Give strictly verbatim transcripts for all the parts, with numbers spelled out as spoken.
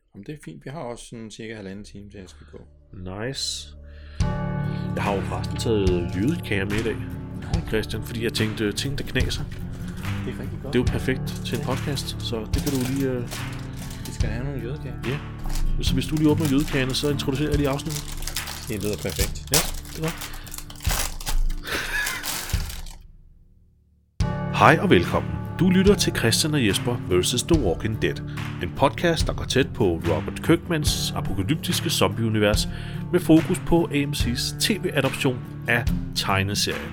Jamen, det er fint. Vi har også sådan cirka halvanden time, til jeg skal gå. Nice. Jeg har jo faktisk taget jødekager med i dag, Christian, fordi jeg tænkte, ting der knaser. Det er rigtig godt. Det er jo perfekt til en podcast, så det kan du lige... Uh... Vi skal have nogle jødekager. Ja. Så hvis du lige åbner jødekagerne, så introducerer jeg lige afsnittet. Det lyder perfekt. Ja, det er godt. Hej og velkommen. Du lytter til Christian og Jesper versus. The Walking Dead. En podcast, der går tæt på Robert Kirkmans apokalyptiske zombieunivers med fokus på A M C's tv-adoption af tegneserien.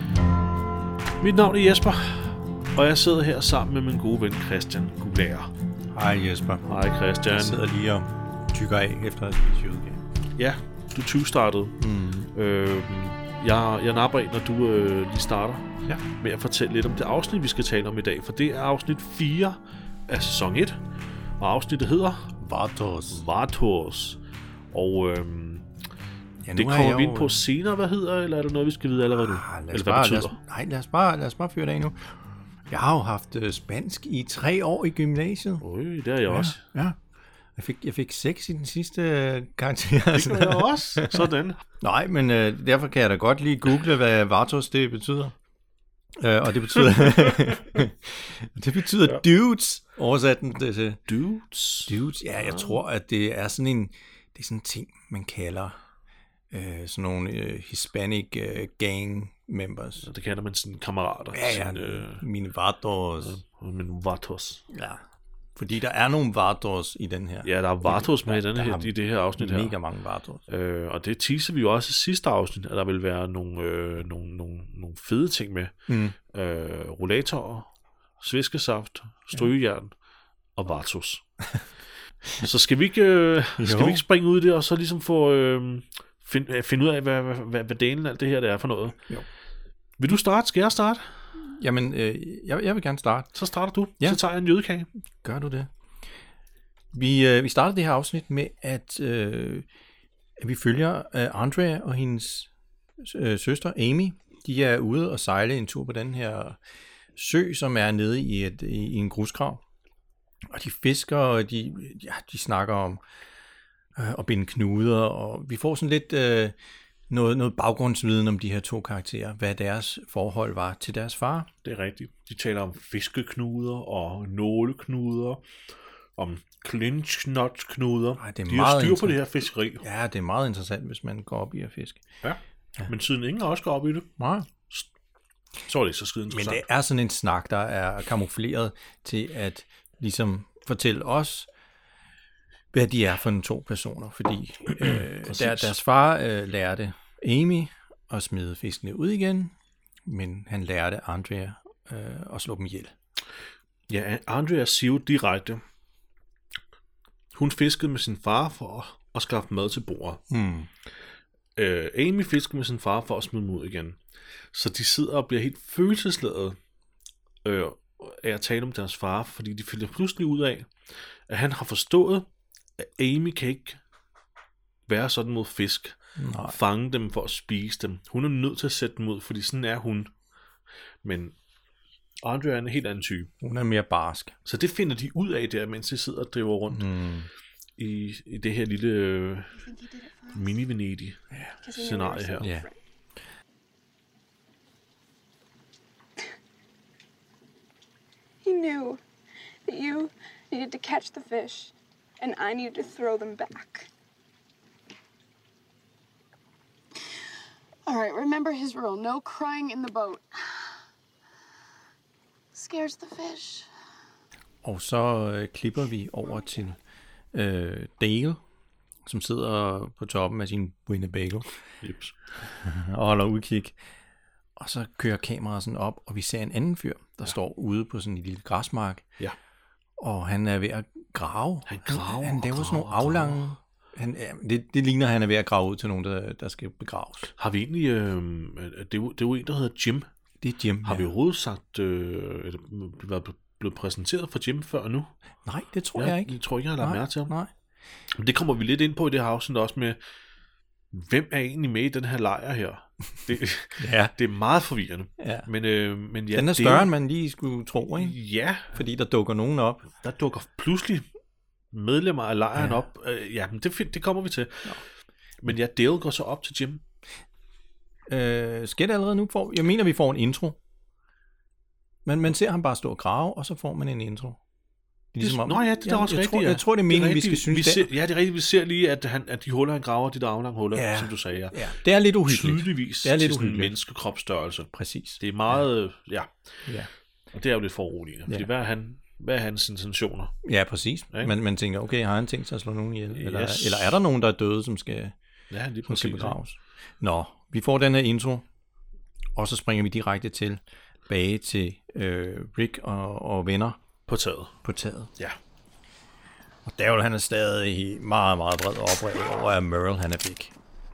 Mit navn er Jesper, og jeg sidder her sammen med min gode ven Christian Gulager. Hej Jesper. Hej Christian. Jeg sidder lige og tykker af efter at spise jødekage. Ja, du tyve-startede. Mm. Øh, jeg, jeg napper ind, når du øh, lige starter. Ja. Med at fortælle lidt om det afsnit, vi skal tale om i dag. For det er afsnit fire af sæson et. Og afsnittet hedder Vatos. Vatos. Og øhm, ja, det kommer vi ind på senere, hvad hedder, eller er det noget, vi skal vide allerede nu? Ah, lad os eller bare, hvad lad os, nej, lad os bare, lad os bare fyre det af nu. Jeg har jo haft øh, spansk i tre år i gymnasiet. Øj, det er jeg ja, også. Ja. Jeg fik, jeg fik seks i den sidste øh, karakter. Det gør jeg også. Sådan. Nej, men øh, derfor kan jeg da godt lige google, hvad Vatos det betyder. Uh, og det betyder det betyder ja. Dudes, oversat den det til Dudes. Dudes. Ja, jeg tror at det er sådan en det er sådan en ting man kalder uh, sådan nogle uh, Hispanic uh, gang members. Ja, det kalder man sådan kammerater. Ja, ja. Sådan, øh, mine vatos. Ja, mine vatos. Ja. Fordi der er nogle vatos i den her. Ja, der er vatos med i, den her, i det her afsnit her. Mega mange vatos. Øh, og det teaser vi jo også i sidste afsnit, at der vil være nogle, øh, nogle, nogle, nogle fede ting med. Mm. Øh, rollatorer, sviskesaft, strygejern og vatos. Så skal vi ikke øh, skal vi ikke springe ud i det, og så ligesom få øh, find, finde ud af, hvad, hvad, hvad, hvad delen af alt det her det er for noget. Jo. Vil du starte? Skal jeg starte? Jamen, øh, jeg, jeg vil gerne starte. Så starter du. Ja. Så tager jeg en jødekage. Gør du det? Vi, øh, vi starter det her afsnit med, at, øh, at vi følger øh, Andrea og hendes øh, søster Amy. De er ude og sejle en tur på den her sø, som er nede i, et, i, i en grusgrav. Og de fisker, og de, ja, de snakker om øh, at binde knuder, og vi får sådan lidt... Øh, Noget, noget baggrundsviden om de her to karakterer, hvad deres forhold var til deres far. Det er rigtigt. De taler om fiskeknuder og nåleknuder, om clinch-knot-knuder. Ej, det er de har styr på det her fiskeri. Ja, det er meget interessant, hvis man går op i at fiske. Ja, ja. Men siden ingen også går op i det, nej. Så er det så skide interessant. Men det er sådan en snak, der er kamufleret til at ligesom fortælle os, hvad de er for nogle to personer, fordi øh, der, deres far øh, lærte Amy at smide fiskene ud igen, men han lærte Andrea øh, at slå dem ihjel. Ja, Andrea siger jo direkte, hun fiskede med sin far for at skaffe mad til bordet. Hmm. Øh, Amy fiskede med sin far for at smide dem ud igen. Så de sidder og bliver helt følelsesladet øh, af at tale om deres far, fordi de finder pludselig ud af, at han har forstået, Amy kan ikke være sådan mod fisk. Nej. Fange dem for at spise dem. Hun er nødt til at sætte dem ud, fordi sådan er hun. Men Andrea er en helt anden type. Hun er mere barsk. Så det finder de ud af der, mens de sidder og driver rundt mm. i, i det her lille øh, mini-Venedig scenarie her. Yeah. He knew that you needed to catch the fish. And I needed to throw them back. All right, remember his rule. No crying in the boat. Scares the fish. Og så øh, klipper vi over til øh, Dale, som sidder på toppen af sin Winnebago. Jeps. Og holder udkig. Og så kører kameraet sådan op, og vi ser en anden fyr, der ja. står ude på sådan en lille græsmark. Ja. Og han er ved at grave. Han graver. Han, han laver sådan nogle aflange... Han, ja, det, det ligner, at han er ved at grave ud til nogen, der, der skal begraves. Har vi egentlig... Øh, det, er jo, det er jo en, der hedder Jim. Det er Jim, Har ja. vi overhovedet sagt... Øh, været blevet præsenteret for Jim før nu? Nej, det tror ja, jeg ikke. Det tror jeg ikke, jeg har lagt mærke til ham. Nej. Men det kommer vi lidt ind på i det her afsnit også med... Hvem er egentlig med i den her lejr her? Det, ja. det er meget forvirrende. Ja. Men, øh, men ja, den er større, det, end man lige skulle tro, ikke? Ja. Fordi der dukker nogen op. Der dukker pludselig medlemmer af lejren Ja. op. Øh, ja, men det, fin- det kommer vi til. Ja. Men ja, Dale går så op til Jim. Øh, skal det allerede nu? For, jeg mener, vi får en intro. Men man ser ham bare stå og grave, og så får man en intro. Det er ligesom om, Nå ja, det er jeg, også jeg rigtigt. tror, ja. jeg tror, det er meningen, vi skal rigtigt. synes vi det. ser, Ja, det er rigtigt. Vi ser lige, at, han, at de huller, han graver, de der aflange huller, Ja. som du sagde. Ja. Ja, det er lidt uhyggeligt. Tydeligvis Det er lidt til sådan en uhyggeligt. menneskekropsstørrelse. Præcis. Det er meget, ja. ja. Ja, Og det er jo lidt foruroligende. Fordi Ja. hvad er, han, hvad er hans intentioner? ja præcis. Ikke? Man, man tænker, okay, har han tænkt sig at slå nogen ihjel? Eller, Yes. eller er der nogen, der er døde, som skal, Ja, lige som skal præcis. begraves? Nå, vi får den her intro, og så springer vi direkte til bage til øh, Rick og, og venner På taget. på taget. Ja. Og Daryl, han er stadig meget, meget vred og oprevet over, at Merle, han er væk.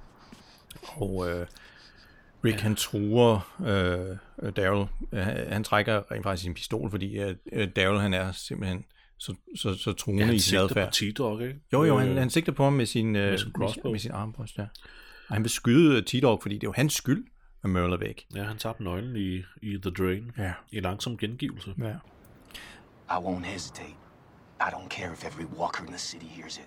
Og øh, Rick, ja. han truer øh, Daryl. Øh, han trækker rent faktisk sin pistol, fordi øh, Daryl, han er simpelthen så, så, så truende Ja, han i sin sigter adfærd. på T-Dog, ikke? Jo, jo, han, Øh, han sigter på ham med sin, øh, med sin crossbow. med, med sin armbryst, ja. Og han vil skyde T-Dog, fordi det er jo hans skyld, at Merle er væk. Ja, han tabte nøglen i, i The Drain. Ja. I langsom gengivelse. Ja. I won't hesitate. I don't care if every walker in the city hears it.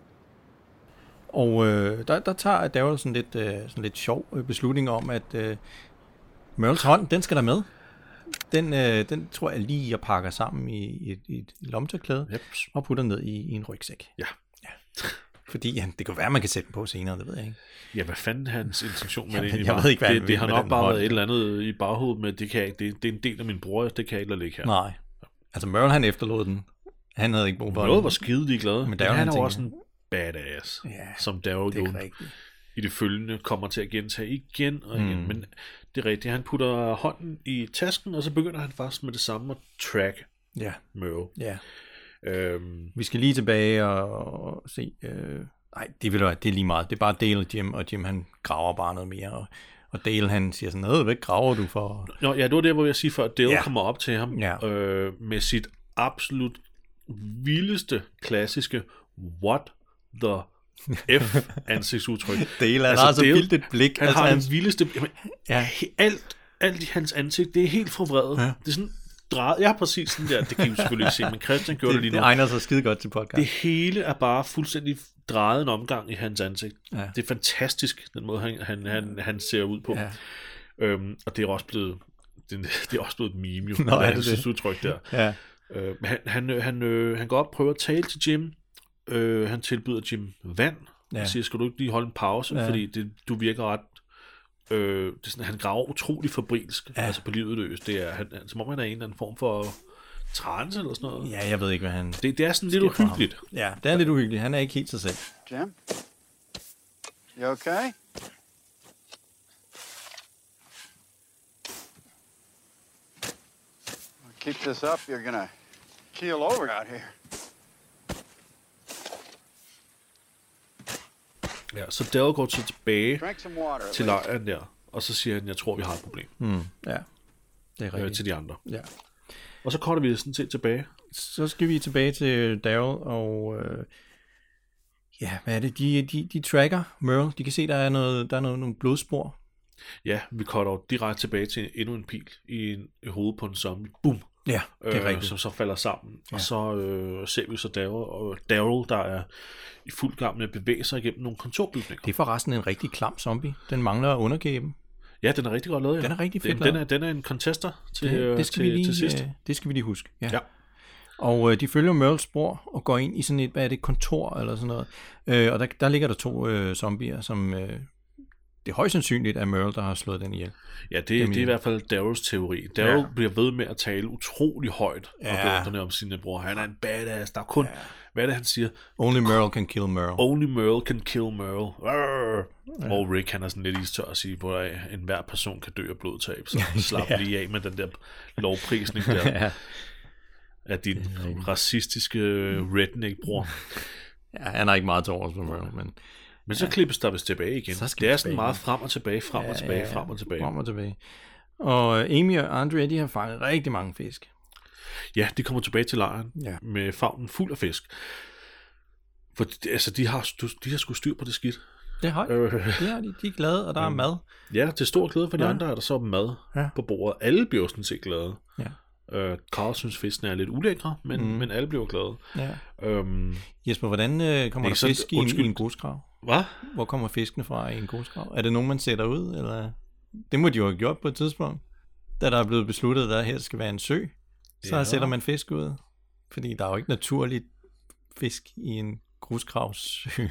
Og øh, der, der tager Daryl sådan lidt, øh, sådan lidt sjov øh, beslutning om, at øh, Merles hånd, den skal der med. Den, øh, den tror jeg lige, jeg pakker sammen i, i et, i et lommetørklæde Yep. og putter ned i, i en rygsæk. Ja. Fordi ja, det kan være, man kan sætte den på senere, det ved jeg ikke. Ja, hvad fanden er hans intention med Jeg det ved- egentlig jeg var? ved ikke, hvad han det, vil det har med nok den bare hånd. været et eller andet i baghovedet, men det, kan jeg ikke, det, det er en del af min bror, det kan jeg ikke lade ligge her. Nej. Altså Merle, han efterlod den. Han havde ikke brug for Noget den. var skide ligeglad, men, Men men Daryl, han han er jo tænker- også en badass, Ja, som Daryl Det er jo rigtigt. i det følgende kommer til at gentage igen og igen. Mm. Men det er rigtigt, han putter hånden i tasken, og så begynder han faktisk med det samme at track Ja, Merle. ja. Øhm, Vi skal lige tilbage og, og se... Øh... Nej, det, vil være, det er lige meget. Det er bare Dale og Jim, og Jim, han graver bare noget mere. Og, og Dale, han siger sådan noget, hvad graver du for? Nå, ja, det var det, hvor jeg siger før, at Dale Ja. kommer op til ham Ja. øh, med sit absolut vildeste, klassiske what the F ansigtsudtryk. Dale, han Altså, har så Dale- vildt et blik. Han altså, har han, det vildeste... Jamen, ja, alt, alt i hans ansigt, det er helt forvredet. Ja. Ja. Det er sådan drejet... Ja, præcis sådan der. Det kan I jo selvfølgelig ikke se, men Christian gjorde det, det, lige det nu. egner sig skide godt til podcast. Det hele er bare fuldstændig drejet en omgang i hans ansigt. Ja. Det er fantastisk, den måde, han, han, han, han ser ud på. Ja. Øhm, og det er også blevet... Det, det er også blevet et meme, jo. Nå, er det hans det? udtryk der. Ja. Øh, han, han, øh, han, øh, han går op og prøver at tale til Jim. Øh, han tilbyder Jim vand. Ja. Og siger, skal du ikke lige holde en pause? Ja. Ja. Fordi det, du virker ret... Øh, det er sådan, han graver utrolig fabrilsk. Ja. Ja. Altså på livet løs. Det er, han, som om han er en eller anden form for trance eller sådan noget. ja, jeg ved ikke, hvad han... Det, det er sådan lidt sker for ham. uhyggeligt. Ja, det er lidt uhyggeligt. Han er ikke helt sig selv. Jim? You okay? Keep this up, you're gonna keel over out here. Ja, så Dale går så tilbage Drink some water. at til least. lejren der. Og så siger han, jeg tror, vi har et problem Mm, ja, det er øh, rigtigt. til de andre. Ja. Og så korter vi sådan set tilbage. Så skal vi tilbage til Daryl, og øh, ja, hvad er det? De, de, de tracker Merle. De kan se, der er, noget, der er noget, nogle blodspor. Ja, vi korter jo direkte tilbage til endnu en pil i, en, i hovedet på en zombie. Boom! Ja, det er øh, rigtigt. som så falder sammen. Ja. Ja. Og så øh, ser vi så Daryl, og Daryl, der er i fuld gang med at bevæge sig igennem nogle kontorbygninger. Det er forresten en rigtig klam zombie. Den mangler underkæben. Ja, den er rigtig godt lavet. Ja. Den er rigtig fedt den, den, lavet. er, den er en contester til, Det, øh, det, skal til, vi lige, til sidst. øh, det skal vi lige huske. Ja. Ja. Og øh, de følger Merles spor og går ind i sådan et, hvad er det, kontor eller sådan noget. Øh, og der, der ligger der to øh, zombier, som øh, det er højst sandsynligt, at Merle, der har slået den ihjel. Ja, det, Dem det er i- i hvert fald Daryls teori. Daryl Ja. ja. bliver ved med at tale utrolig højt og Ja. beundrende om sine bror. Han er en badass. Der er kun, ja. hvad er det, han siger? Only Merle can kill Merle. Only Merle can kill Merle. Ja. Og Rick, han er sådan lidt istør at sige, hvor enhver person kan dø af blodtab. Så slap Ja. lige af med den der lovprisning der ja. af din racistiske redneck-bror. ja, han er ikke meget til overs for Merle, men Men så klippes der vist tilbage igen. Så skal Det vi er sådan tilbage meget igen. frem og tilbage, frem og tilbage, ja, frem og tilbage. Frem og tilbage. Og øh, Amy og Andrea, de har fanget rigtig mange fisk. Ja, de kommer tilbage til lejren Ja. med favnen fuld af fisk. For de- altså, de har, de har sgu styr på det skidt. Det har de. Øh, Det har de. De er glade, og der er mad. ja, til stor glæde for de Ja. andre er der så mad Ja. på bordet. Alle bliver jo sådan set glade. Ja. Øh, Carl synes, fiskene er lidt ulækre, men, mm. men alle bliver glade. Ja. Øhm, Jesper, hvordan øh, kommer der så- fisk i en, i en grusgrav? hvad? Hvor kommer fiskene fra i en grusgrav? Er det nogen, man sætter ud? Eller? Det må de jo have gjort på et tidspunkt. Da der er blevet besluttet, at der her skal være en sø, så Ja. sætter man fisk ud. Fordi der er jo ikke naturligt fisk i en grusgravssø.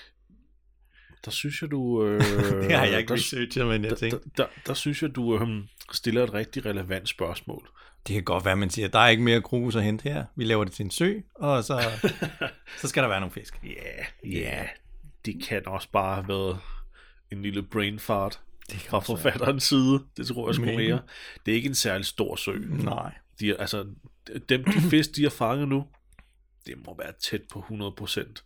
Der synes jeg, du... Øh, Det har jeg ikke der, researchet, men jeg der, tænkte, der, der, der synes jeg, du øh, stiller et rigtig relevant spørgsmål. det kan godt være, man siger, der er ikke mere grus at hente her. Vi laver det til en sø, og så, så skal der være nogle fisk. Ja, yeah, ja. Yeah. Det kan også bare have været en lille brain fart fra forfatterens side. Det tror jeg sgu Men- mere. Det er ikke en særlig stor sø. Nej. De er, altså, dem, de fisk, de har fanget nu, det må være tæt på hundrede procent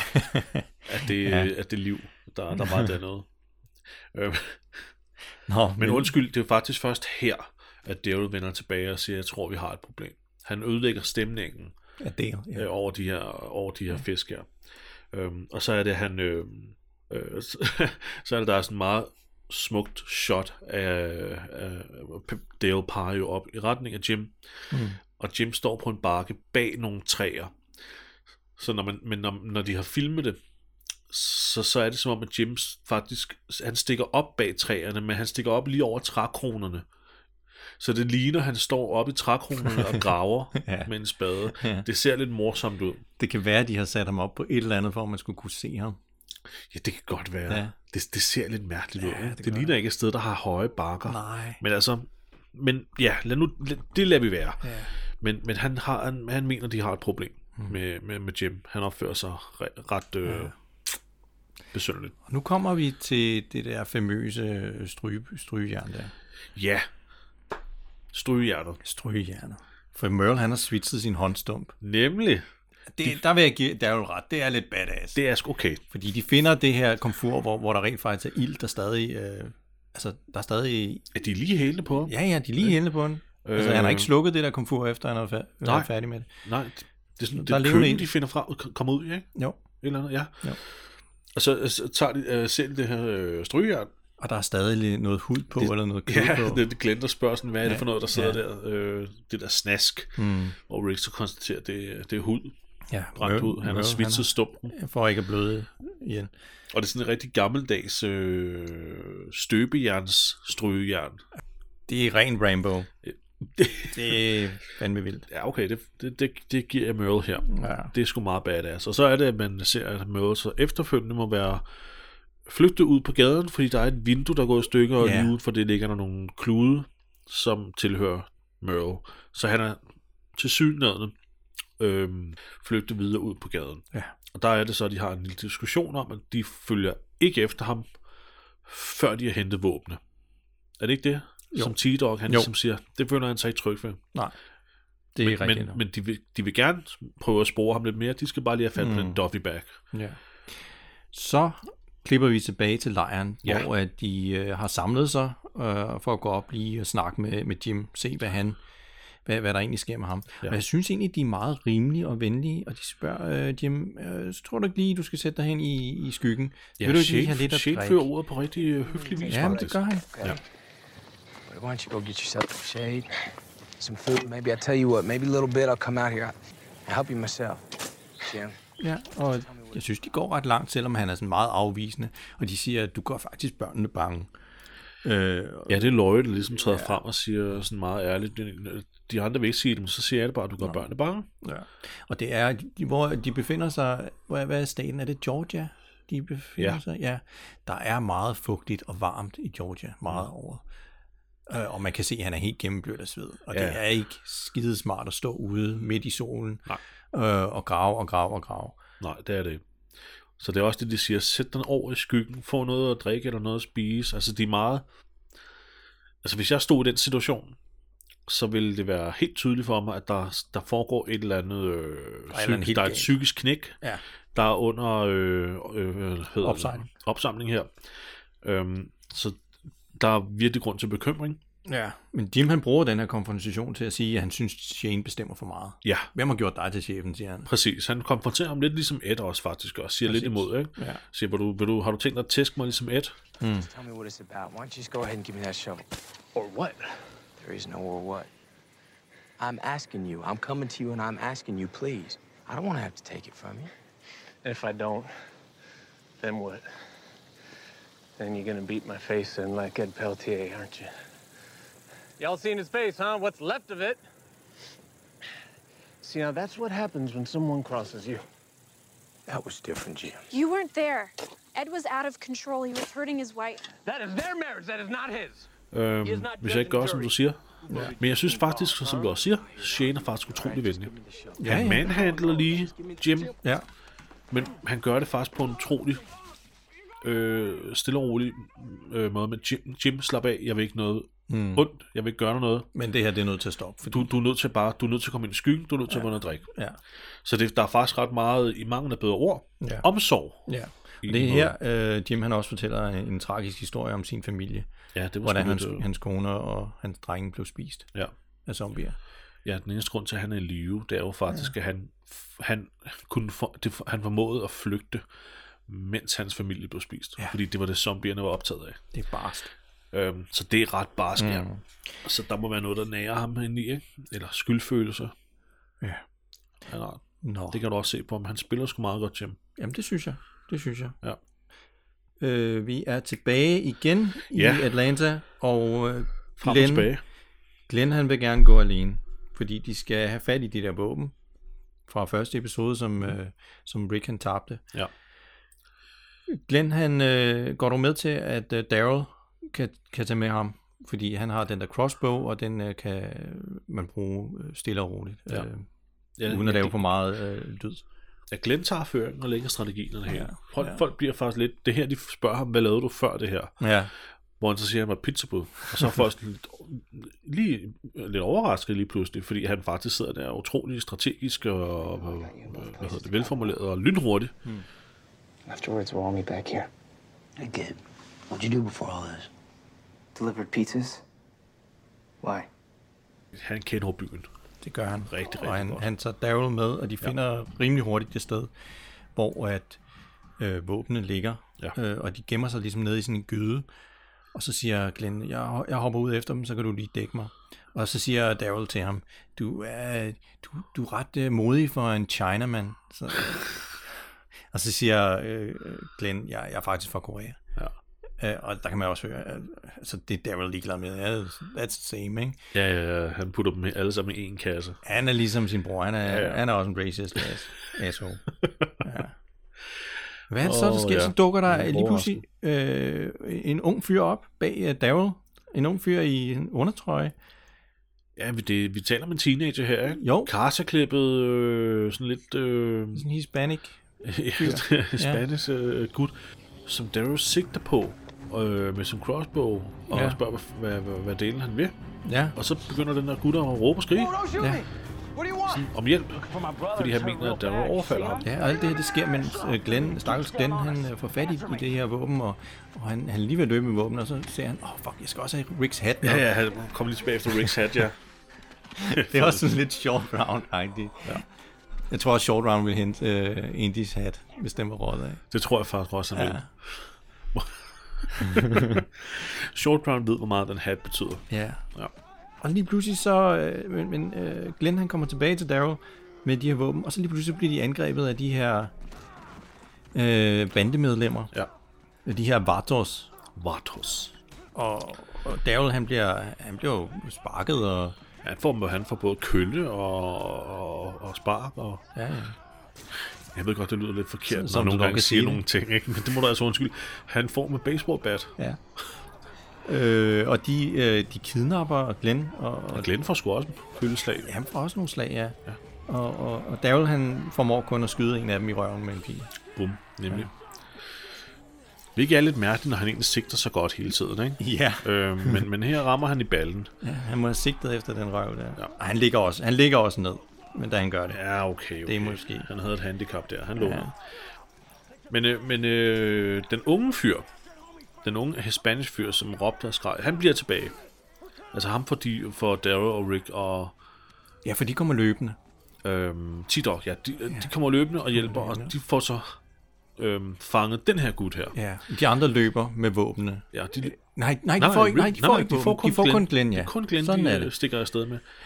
af det, Ja. af det liv, der, der var dernede. Øh, Nå, Men undskyld, det er faktisk først her, at Daryl vender tilbage og siger, jeg tror, vi har et problem. Han ødelægger stemningen Ja, det er, øh, ja. over de her, over de her fisk her. Øhm, og så er det, han... Øh, øh, så er det, der er sådan meget smukt shot af, af Dale peger jo op i retning af Jim. Mm. Og Jim står på en bakke bag nogle træer. Så når, man, men når, når de har filmet det, så, så er det som om, at Jim faktisk, han stikker op bag træerne, men han stikker op lige over trækronerne. Så det ligner, at han står oppe i trækronerne og graver Ja. med en spade. Ja. Det ser lidt morsomt ud. Det kan være, at de har sat ham op på et eller andet, for at man skulle kunne se ham. Ja, det kan godt være. Ja. Det, det ser lidt mærkeligt ud. Ja, Ja, det det gør det ligner ikke et sted, der har høje bakker. Nej. Men altså, men ja, lad nu, lad, det lader vi være. Ja. Men, men han, har, han, han mener, de har et problem hmm. med, med, med Jim. Han opfører sig ret, ret øh, ja. besynderligt. Og nu kommer vi til det der famøse stryge, strygejern der. Ja, strygehjertet. Strygejernet. For Merle, han har switchet sin håndstump. Nemlig, Det, der vil jeg give Daryl ret. Det er lidt badass. det er sgu okay. Fordi de finder det her komfur, hvor, hvor der rent faktisk er ild, der stadig... Øh, altså, der er stadig... Er de lige hælende på? Ja, ja, de er lige hælende på den. Øh, altså, han har ikke slukket det der komfur, efter han er fær- nej. færdig med det. Nej, det, det er sådan, Der er det er levende køkken, ild. de finder fra, kommer ud i, ikke? Jo. Et eller andet, ja. Jo. Og så, så tager de, øh, ser de det her øh, strygejern. Og der er stadig lidt noget hud på, det, eller noget kød Ja, på. det, det glemte at spørge sådan, hvad er det Ja, for noget, der sidder ja. der? Øh, det der snask, mm. hvor Rick så konstaterer, at det, det er hud. Ja, Brændt ud. Han har svitset stumpen. For ikke at bløde igen. Og det er sådan en rigtig gammeldags øh, støbejerns strygejern. Det er ren Rainbow. Det er fandme vildt. Ja, okay, det, det, det, det giver jeg Merle her. Ja. Det er sgu meget badass. Og så er det, at man ser, at Merle så efterfølgende må være flygtet ud på gaden, fordi der er et vindue, der går i stykker, og Ja. lige ud for det ligger der nogle klude, som tilhører Merle. Så han er tilsyneladende øhm, flygtet videre ud på gaden. Ja. Og der er det så, at de har en lille diskussion om, at de følger ikke efter ham, før de har hentet våbne. Er det ikke det? Jo. Som T-Dog, han Jo. ligesom siger, det føler han sig ikke tryg ved. Nej, det er Men, rigtigt. men, men de, vil, de vil gerne prøve at spore ham lidt mere. De skal bare lige have fat på mm. den Duffy bag. Ja. Så klipper vi tilbage til lejren, Ja. hvor at de øh, har samlet sig øh, for at gå op lige og snakke med, med Jim, se hvad han, hvad, hvad der egentlig sker med ham. Ja. Og jeg synes egentlig, de er meget rimelige og venlige, og de spørger øh, Jim, øh, så tror du ikke lige, du skal sætte dig hen i, i skyggen? Ja, Vil du ikke lige have lidt at Shade drikke? fører ordet på rigtig øh, høflig vis, Ja, men det faktisk. gør han. Ja. Why don't you go get yourself some shade, some food? Maybe I tell you what, maybe a little bit. I'll come out here. I'll help you myself. Jim. Ja, og jeg synes, de går ret langt, selvom han er sådan meget afvisende, og de siger, at du gør faktisk børnene bange. Øh, Ja, det er Lloyd, der ligesom træder ja. frem og siger sådan meget ærligt, de- de andre vil ikke sige det, men så siger jeg det bare, at du gør børnene bange. ja. Og det er, de, hvor de befinder sig, hvor er, hvad er staten? Er det Georgia, de befinder Ja. sig? Ja. Der er meget fugtigt og varmt i Georgia, meget over. Øh, og man kan se, at han er helt gennemblødt af sved. Og Ja. det er ikke skide smart at stå ude midt i solen Nej. øh, og grave og grave og grave. Nej, det er det ikke. Så det er også det, de siger, sæt den over i skyggen, få noget at drikke eller noget at spise. Altså, de er meget... Altså, hvis jeg stod i den situation, så ville det være helt tydeligt for mig, at der, der foregår et eller andet... Øh, eller andet psyk, helt der er et galt. psykisk knæk, Ja. der er under øh, øh, hvad hedder Opsejling. det? opsamling her. Øhm, så der er virkelig grund til bekymring. Ja, men Jim han bruger den her konfrontation til at sige, at han synes, Shane bestemmer for meget. Ja, Hvem har gjort dig til chefen, siger han. præcis. Han konfronterer ham lidt ligesom Ed også faktisk, og siger Præcis. lidt imod, ikke? Ja. Siger, vil du, vil du, har du tænkt dig at tæske mig ligesom Ed? Tell me what it's about. Why don't you just go ahead and give me that shovel? Or what? There is no or what. I'm asking you. I'm coming to you and I'm asking you, please. I don't want to have to take it from you. And if I don't, then what? Then you're gonna beat my face in like Ed Peltier, aren't you? Y'all seen his face, huh? What's left of it? See, now that's what happens when someone crosses you. That was different, Jim. You weren't there. Ed was out of control. He was hurting his wife. That is their marriage. That is not his. Øhm, hvis jeg ikke gør, som du siger. Ja. Men jeg synes faktisk, som du også siger, Shane er faktisk utrolig venlig. Ja, Han ja. manhandler lige Jim, Ja. men han gør det faktisk på en utrolig øh, stille og rolig øh, måde. Men Jim, Jim, slap af, jeg vil ikke noget mm. ondt, jeg vil ikke gøre noget. Men det her, det er nødt til at stoppe. Fordi... Du, du er nødt til bare, du er nødt til at komme ind i skyggen, du er nødt til ja. at få noget drik. Ja. Så det, der er faktisk ret meget, i mangel af bedre ord, Ja. omsorg. Ja. Og det er her, øh, Jim han også fortæller en, en tragisk historie om sin familie. Ja, det var hvordan hans, lidt, øh... hans kone og hans drenge blev spist ja. af zombier. Ja, den eneste grund til, at han er i live, det er jo faktisk, ja. at han, han, kunne for, det, han formåede at flygte, mens hans familie blev spist. Ja. Fordi det var det, zombierne var optaget af. Det er barsk. Øhm, så det er ret barsk, ja. Mm. Så der må være noget, der nærer ham ind i, ikke? Eller skyldfølelse. Ja. Ja, Nå. det kan du også se på, om han spiller sgu meget godt, Jim. Jamen, det synes jeg. Det synes jeg. Ja. Øh, vi er tilbage igen ja. i Atlanta, og øh, Frem Glenn, og tilbage. Glenn han vil gerne gå alene, fordi de skal have fat i de der våben fra første episode, som, øh, som Rick han tabte. Ja. Glenn han øh, går dog med til, at øh, Daryl kan, kan tage med ham, fordi han har den der crossbow, og den øh, kan man bruge øh, stille og roligt, ja. øh, ja, uden at lave for meget øh, lyd. Ja, Glenn tager føringen og lægger strategien her. Ja, folk, ja. folk bliver faktisk lidt, det her, de spørger ham, hvad lavede du før det her? Ja. Hvor han så siger, at han var pizzabud. Og så er folk lidt, lige, lidt overrasket lige pludselig, fordi han faktisk sidder der utrolig strategisk og hvad hedder det, velformuleret og lynhurtigt. Hmm. Afterwards, we'll all meet back here. Hey, kid. What'd you do before all this? Delivered pizzas? Why? Han kender byen. Det gør han. Rigtig, rigtig og han, godt. han tager Daryl med, og de finder ja. rimelig hurtigt det sted, hvor at øh, våbnene ligger, ja. øh, og de gemmer sig ligesom nede i sådan en gyde. Og så siger Glenn, jeg, jeg hopper ud efter dem, så kan du lige dække mig. Og så siger Daryl til ham, du er, du, du er ret øh, modig for en Chinaman. Så, og så siger øh, Glenn, jeg, jeg er faktisk fra Korea. Ja. Uh, og der kan man også høre, altså det er Daryl ligeglad med. Ja, that's the same, ikke? Ja, ja, ja, han putter dem alle sammen i en kasse. Han er ligesom sin bror, han er, ja, ja. Han er også en racist asshole. Ja. Hvad er det så, der sker? Oh, ja. Så dukker der ja, lige pludselig øh, en ung fyr op bag uh, Daryl. En ung fyr i en undertrøje. Ja, vi, det, vi taler om en teenager her, ikke? Jo. Karseklippet, øh, sådan lidt... Øh, sådan en hispanic fyr. Hispanic øh, gut, som Daryl sigter på øh, med sin crossbow, og ja. spørger, hvad, hvad, hvad, hvad delen han vil. Ja. Og så begynder den der gutter at råbe og skrige. Ja. Sådan, om hjælp, fordi han mener, at Daryl overfalder ham. Ja, og alt det her, det sker, mens Glenn, stakkels Glenn, han får fat i, i det her våben, og, og han, han lige vil løbe med våben, og så siger han, åh oh, fuck, jeg skal også have Ricks hat. Ja, ja, han kommer lige tilbage efter Ricks hat, ja. Det er også sådan lidt short round-agtigt. Ja. Jeg tror også short round vil hente uh, Indies hat, hvis den var råd af. Det tror jeg faktisk også, han vil. Short round ved, hvor meget den hat betyder. Ja. Ja. Og lige pludselig så, øh, men, men øh, Glenn han kommer tilbage til Daryl med de her våben, og så lige pludselig bliver de angrebet af de her øh, bandemedlemmer. Ja. De her Vatos. Vatos. Og, og Daryl han bliver, han bliver jo sparket og... Ja, han får, han får både kølle og, og, og spark og... Ja, ja. Jeg ved godt, det lyder lidt forkert, så, når nogle gange siger det. nogle ting, ikke? Men det må du altså undskylde. Han får med baseballbat. Ja. Øh, og de, øh, de kidnapper Glenn. Og, og Glenn får sgu også kølleslag. Ja, han får også nogle slag, ja. ja. Og, og, og Daryl, han formår kun at skyde en af dem i røven med en pil. Bum, nemlig. Ja. Hvilket er lidt mærkeligt, når han egentlig sigter så godt hele tiden, ikke? Ja. Øh, men, men her rammer han i ballen. Ja, han må have sigtet efter den røv der. Ja. Og han ligger også, han ligger også ned, men da han gør det. Ja, okay, okay. Det er måske. Han havde et handicap der, han lå. Ja. Ja. Men, øh, men øh, den unge fyr, den unge hispanisk fyr, som råbte og skreg, han bliver tilbage. Altså ham for, de, for Daryl og Rick og... Ja, for de kommer løbende. Øhm, T-Dog, ja. De, ja. de kommer løbende og hjælper, og de får så øhm, fanget den her gut her. Ja, de andre løber med våbnene. Ja, de... Nej, nej, de får ikke, nej, de får, nej, ikke de får kun, de får Glenn. kun Glenn, ja. Det er kun Glenn, sådan de er det. stikker afsted med.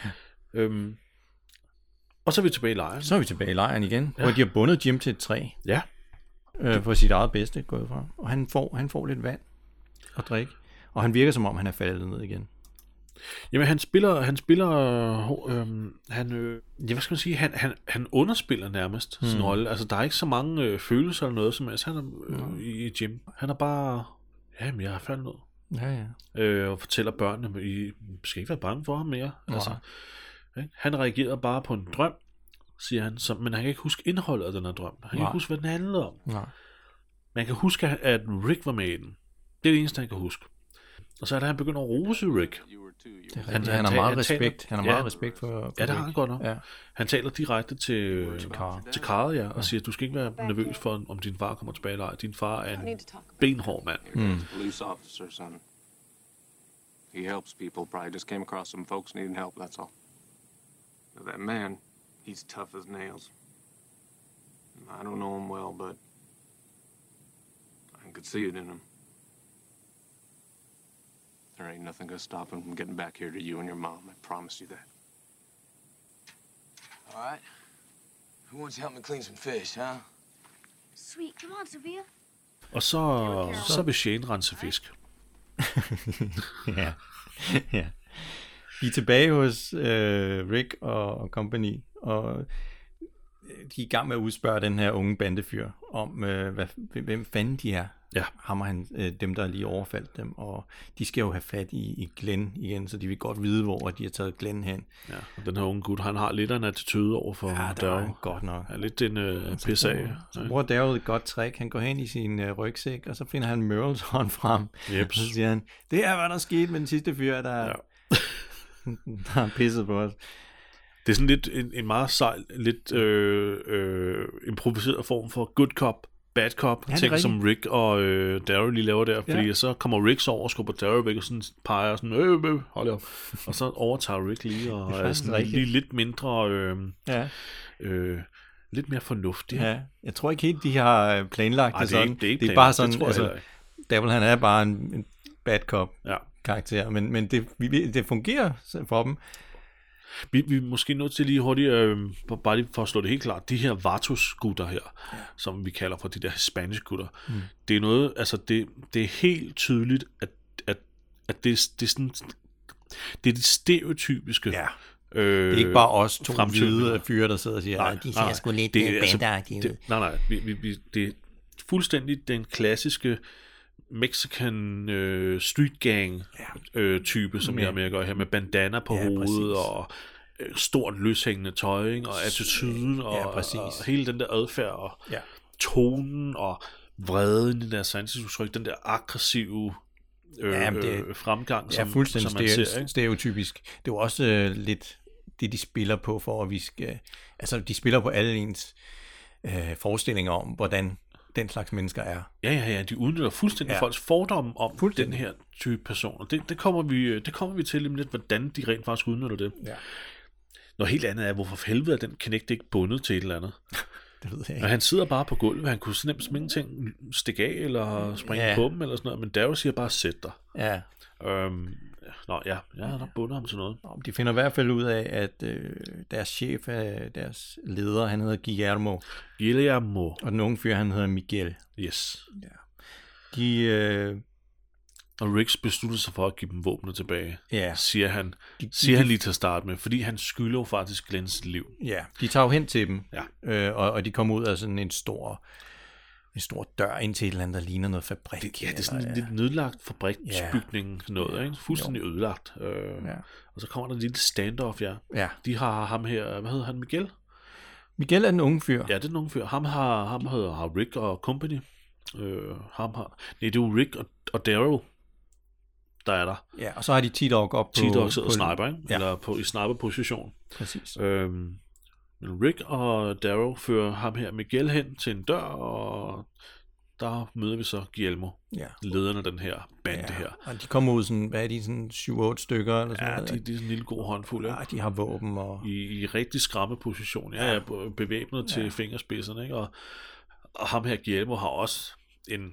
Øhm, og så er vi tilbage i lejren. Så er vi tilbage i lejren igen, Ja. hvor de har bundet Jim til et træ. Ja. Øh, for sit eget bedste gået fra. Og han får, han får lidt vand og drikke. Og han virker som om, han er faldet ned igen. Jamen, han spiller, han spiller, øh, han, øh, ja, hvad skal man sige, han, han, han underspiller nærmest hmm. sin rolle. Altså, der er ikke så mange øh, følelser eller noget, som altså, han er øh, hmm. i, i Jim. Han er bare, jamen, jeg har faldet ned. Ja, ja. Øh, og fortæller børnene, I skal ikke være bange for ham mere. Ja. Altså, ikke? Han reagerer bare på en drøm, siger han, så, men han kan ikke huske indholdet af den her drøm. Han kan Nej. ikke huske, hvad den handlede om. Nej. Man kan huske, at Rick var med i den. Det er det eneste, han kan huske. Og så er det, han begynder at rose Rick. Det er han, han har meget han respekt. taler, Han har ja, meget respekt for, for ja, det har Rick. han godt nok. Ja. Han taler direkte til, Til Carl. til Carl, ja, og ja. siger, at du skal ikke være nervøs for, om din far kommer tilbage eller ej. Din far er en benhård mand. Mm. Police officer, son. He helps people. Probably just came across some folks needing help, that's all. Now, that man, he's tough as nails. I don't know him well, but I could see it in him. There ain't nothing gonna stop him from getting back here to you and your mom. I promise you that. All right. Who wants to help me clean some fish, huh? Sweet. Come on, Sophia. Og så, så vil Shane rense fisk. ja. ja. De er tilbage hos øh, Rick og, og company, og de er i gang med at udspørge den her unge bandefyr om, øh, hvad, hvem fanden de er. Ja. Ham og han, øh, dem, der lige overfaldt dem, og de skal jo have fat i, i Glenn igen, så de vil godt vide, hvor de har taget Glenn hen. Ja, og den her unge gut, han har lidt af en attitude over for ja, Daryl. godt nok. Ja, lidt en øh, pis af. Så bruger Daryl et godt trick. Han går hen i sin øh, rygsæk, og så finder han Merles hånd frem. Yep. Og så siger han, det er, hvad der skete med den sidste fyr, der, ja. der har pisset på os. Det er sådan lidt en, en meget sej, lidt øh, øh, improviseret form for good cop, bad cop, ja, ting som Rick og øh, Daryl lige laver der, fordi ja. så kommer Rick så over og skubber Daryl væk og sådan peger sådan, øh, øh, hold op. Og så overtager Rick lige og er, er sådan lige lidt mindre, øh, ja. øh, lidt mere fornuftig. Ja, jeg tror ikke helt, de har planlagt Ej, det, det er sådan. ikke, det er, ikke det er bare sådan, det altså, Daryl han er bare en, en bad cop ja. karakter, men, men det, det fungerer for dem. Vi, vi er måske nødt til lige hurtigt, øh, bare lige for at slå det helt klart, de her Vatos-gutter her, ja. som vi kalder for de der hispaniske gutter, mm. det er noget, altså det, det er helt tydeligt, at, at, at det, det er sådan, det er det stereotypiske. Ja. Øh, det er ikke bare os to hvide fyre, der sidder og siger, nej, de ser sgu lidt bandagtige ud. Nej, nej, vi, vi, vi, det er fuldstændig den klassiske Mexican øh, street gang øh, type, som ja. jeg er med at gøre her, med bandana på ja, hovedet, præcis. og øh, stort løshængende tøj, ikke? Og attituden, og, ja, og hele den der adfærd, og ja. tonen, og vreden i deres ansigtsudtryk, den der aggressive øh, ja, det, øh, fremgang, som, ja, fuldstændig som man stereo, ser. Ikke? Stereotypisk. Det er jo også øh, lidt det, de spiller på, for at vi skal... Altså, de spiller på alle ens øh, forestillinger om, hvordan den slags mennesker er. Ja, ja, ja. De udnytter fuldstændig ja. folks fordomme om den her type personer. Det, det, kommer vi, det kommer vi til lidt, hvordan de rent faktisk udnytter det. Ja. Noget helt andet er, hvorfor for helvede er den knægt ikke bundet til et eller andet. Det ved jeg ikke. Og han sidder bare på gulvet. Han kunne så nemt som ingenting stikke af, eller springe ja. på dem, eller sådan noget. Men Daryl siger bare, sæt dig. Ja. Øhm, nå, ja, ja, der bunder ham til noget. De finder i hvert fald ud af, at øh, deres chef, deres leder, han hedder Guillermo. Guillermo. Og den unge fyr, han hedder Miguel. Yes. Ja. De... Øh, og Riggs beslutter sig for at give dem våbnet tilbage, ja. siger han, de, siger de, han lige til at starte med, fordi han skylder jo faktisk Glenns liv. Ja, de tager jo hen til dem, ja. øh, og, og de kommer ud af sådan en stor, en stor dør ind til et eller andet, der ligner noget fabrik. Det, ja, det er sådan eller, en ja. lidt nedlagt fabriksbygning, ja. noget, ikke? Fuldstændig jo. ødelagt. Øh, ja. Og så kommer der en lille standoff, ja. ja. De har ham her, hvad hedder han, Miguel? Miguel er den unge fyr. Ja, det er den unge fyr. Ham har, ham hedder, har Rick og company. Øh, ham har, nej, det er jo Rick og, og Daryl, der er der. Ja, og så har de T-Dog op på... T-Dog sidder og sniper, ikke? Ja. Eller på, i sniper-position. Præcis. Øhm, men Rick og Daryl fører ham her Miguel hen til en dør, og der møder vi så Guillermo, ja. lederen af den her bande ja. her. Og de kommer ud sådan, hvad er de, sådan syv otte stykker? Eller sådan ja, noget, de, de er sådan en lille god håndfuld. Ja, de har våben og... I, i rigtig skræmme position. Ja, ja. bevæbnet ja. til fingerspidserne, ikke? Og, og ham her Guillermo har også en...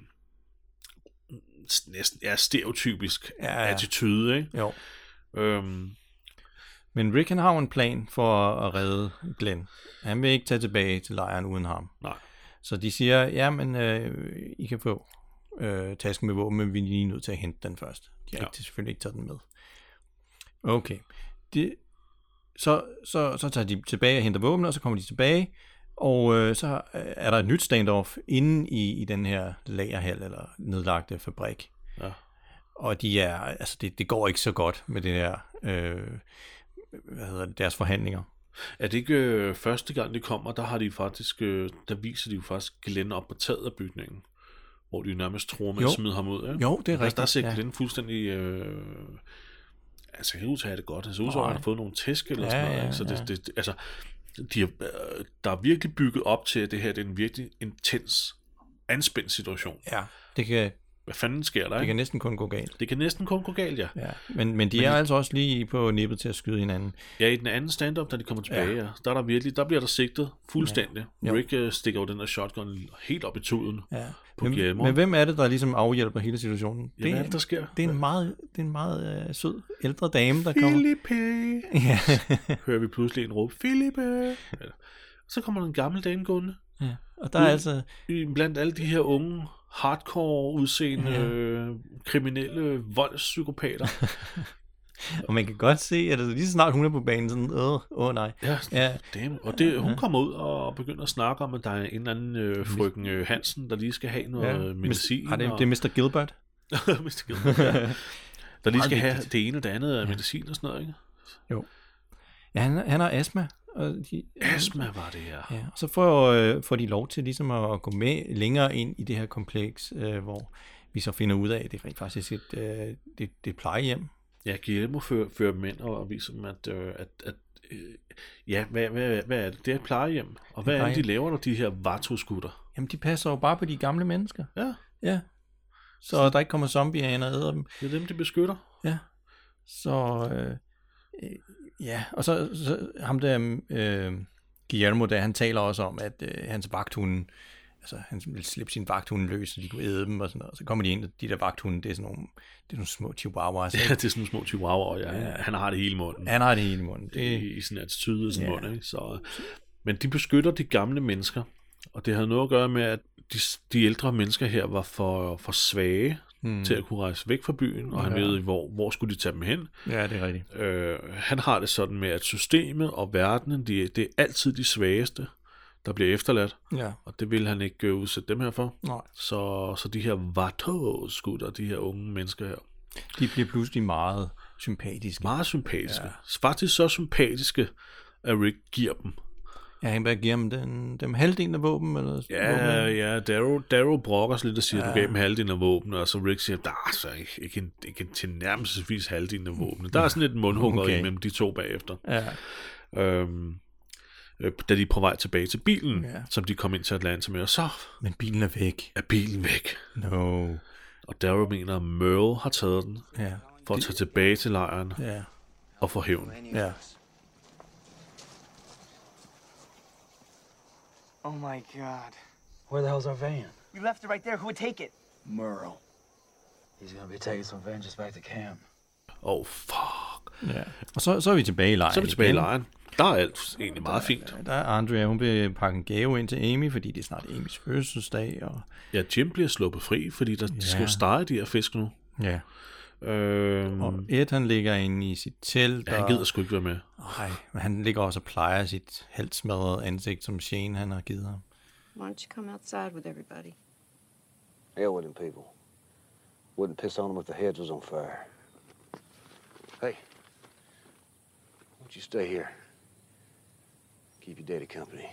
næsten ja, stereotypisk ja, ja. attitude, ikke? Jo. Øhm. Men Rick, han har jo en plan for at redde Glenn. Han vil ikke tage tilbage til lejren uden ham. Nej. Så de siger, ja, men øh, I kan få øh, tasken med våben, men vi er lige nødt til at hente den først. De har ja. ikke, selvfølgelig ikke taget den med. Okay. Det, så, så, så tager de tilbage og henter våben, og så kommer de tilbage, og øh, så er der et nyt standoff inde i, i den her lagerhal, eller nedlagte fabrik. Ja. Og de er, altså det, det går ikke så godt med det der, øh, hvad hedder det, deres forhandlinger. Er det ikke øh, første gang, de kommer, der har de faktisk, øh, der viser de jo faktisk Glenn op på taget af bygningen, hvor de nærmest tror med jo. at smide ham ud. Ikke? Jo, det er rigtigt. Der ser ja. Glenn fuldstændig, øh, altså jeg kan ud til at have det godt. Han ser ud som, at han har fået nogle tæsk eller ja, sådan noget. Ja, så det, ja. det, altså, de er, øh, der er virkelig bygget op til, at det her det er en virkelig intens, anspændt situation. Ja, det kan... Hvad fanden sker der, ikke? Det kan næsten kun gå galt. Det kan næsten kun gå galt, ja. ja. Men, men de men er de... altså også lige på nippet til at skyde hinanden. Ja, i den anden stand-up, da de kommer tilbage, ja. Ja, der, er der, virkelig, der bliver der sigtet fuldstændig. Ja. Rick uh, stikker jo den der shotgun helt op i tuden ja. på men, Guillermo. Men hvem er det, der ligesom afhjælper hele situationen? Ja, det, hvad er det, der sker? Det er en meget, det er en meget uh, sød ældre dame, der kommer. Philippe! Ja. Hører vi pludselig en råb, Philippe! Ja. Så kommer der en gammel dame gående. Ja. Og der er altså... Blandt alle de her unge, hardcore udseende, ja. øh, kriminelle voldspsykopater. Og man kan godt se, at det lige så snart hun er på banen, sådan, åh, åh nej. Ja, ja. Damn. Og det, hun kommer ud og begynder at snakke om, at der er en eller anden øh, frøken øh, Hansen, der lige skal have noget ja. medicin. Har det, og... det er mister Gilbert? mister Gilbert, ja. Der lige skal have det ene og det andet af ja. medicin og sådan noget, ikke? Jo. Ja, han, han har astma. Og de, astma var det her. Ja, og så får, øh, får de lov til ligesom at gå med længere ind i det her kompleks, øh, hvor vi så finder ud af, at det er faktisk et, øh, det, det er et plejehjem. Ja, Guillermo fører, fører dem ind og viser dem, at, øh, at, at øh, ja, hvad, hvad, hvad er det? Det er et plejehjem. Og hvad er det, de laver, når de her Vato-skutter? Jamen, de passer jo bare på de gamle mennesker. Ja. Ja. Så, så der ikke kommer zombier ind og æder dem. Det er dem, de beskytter. Ja. Så... Øh, øh, Ja, og så, så ham der, øh, Guillermo, der, han taler også om, at øh, hans vagthunde, altså han vil slippe sin vagthunde løs, så de kunne æde dem og sådan noget. Så kommer de ind, og de der vagthunde, det er sådan nogle, det er nogle små chihuahuas. Ja, det er sådan nogle små chihuahuas, ja. ja. Han har det hele i munden. Han har det hele i munden. Det... I, i sådan en attitude i sin ja. mund, ikke? Så, men de beskytter de gamle mennesker, og det havde noget at gøre med, at de, de ældre mennesker her var for, for svage, Hmm. til at kunne rejse væk fra byen, og ja. han ved, hvor, hvor skulle de tage dem hen. Ja, det er rigtigt. Øh, han har det sådan med, at systemet og verdenen, de, det er altid de svageste, der bliver efterladt. Ja. Og det vil han ikke uh, udsætte dem her for. Nej. Så, så de her Vato-skutter, de her unge mennesker her, de bliver pludselig meget sympatiske. Meget sympatiske. Ja. Faktisk så sympatiske, at Rick giver dem. Ja, han bare giver dem den, dem halvdelen af våben, eller ja, våben. ja, Darrow, Darrow brokker sig lidt og siger, ja. Du gav dem halvdelen af våben, og så Rick siger, der er så ikke, ikke, en, ikke en tilnærmelsesvis halvdelen af våben. Der er sådan lidt mundhugger okay. imellem de to bagefter. Ja. Øhm, da de er på vej tilbage til bilen, ja. som de kom ind til Atlanta med, og så... Men bilen er væk. Er bilen væk? No. Og Darrow mener, at Merle har taget den, ja. for at tage tilbage til lejren, ja. og få hævn. Ja. Oh my God. Where the hell's our van? We left it right there. Who would take it? Merle. He's gonna be taking some vengeance back to camp. Oh, fuck. Ja. Og så, så er vi tilbage i lejren. Så er vi tilbage igen. i lejren. Der er alt egentlig meget fint. Der, der er Andrea, hun vil pakke en gave ind til Amy, fordi det er snart Amys fødselsdag. Og... Ja, Jim bliver sluppet fri, fordi der, ja. de skal jo stege de her fisk nu. Ja. Øhm... Og Ed, han ligger inde i sit telt. Ja, han gider sgu ikke være med. Nej, men han ligger også og plejer sit helt smadrede ansigt, som Shane han har givet ham. Why don't you come outside with everybody? Hell with them people. Wouldn't piss on them if the heads was on fire. Hey, won't you stay here? Keep your daddy company.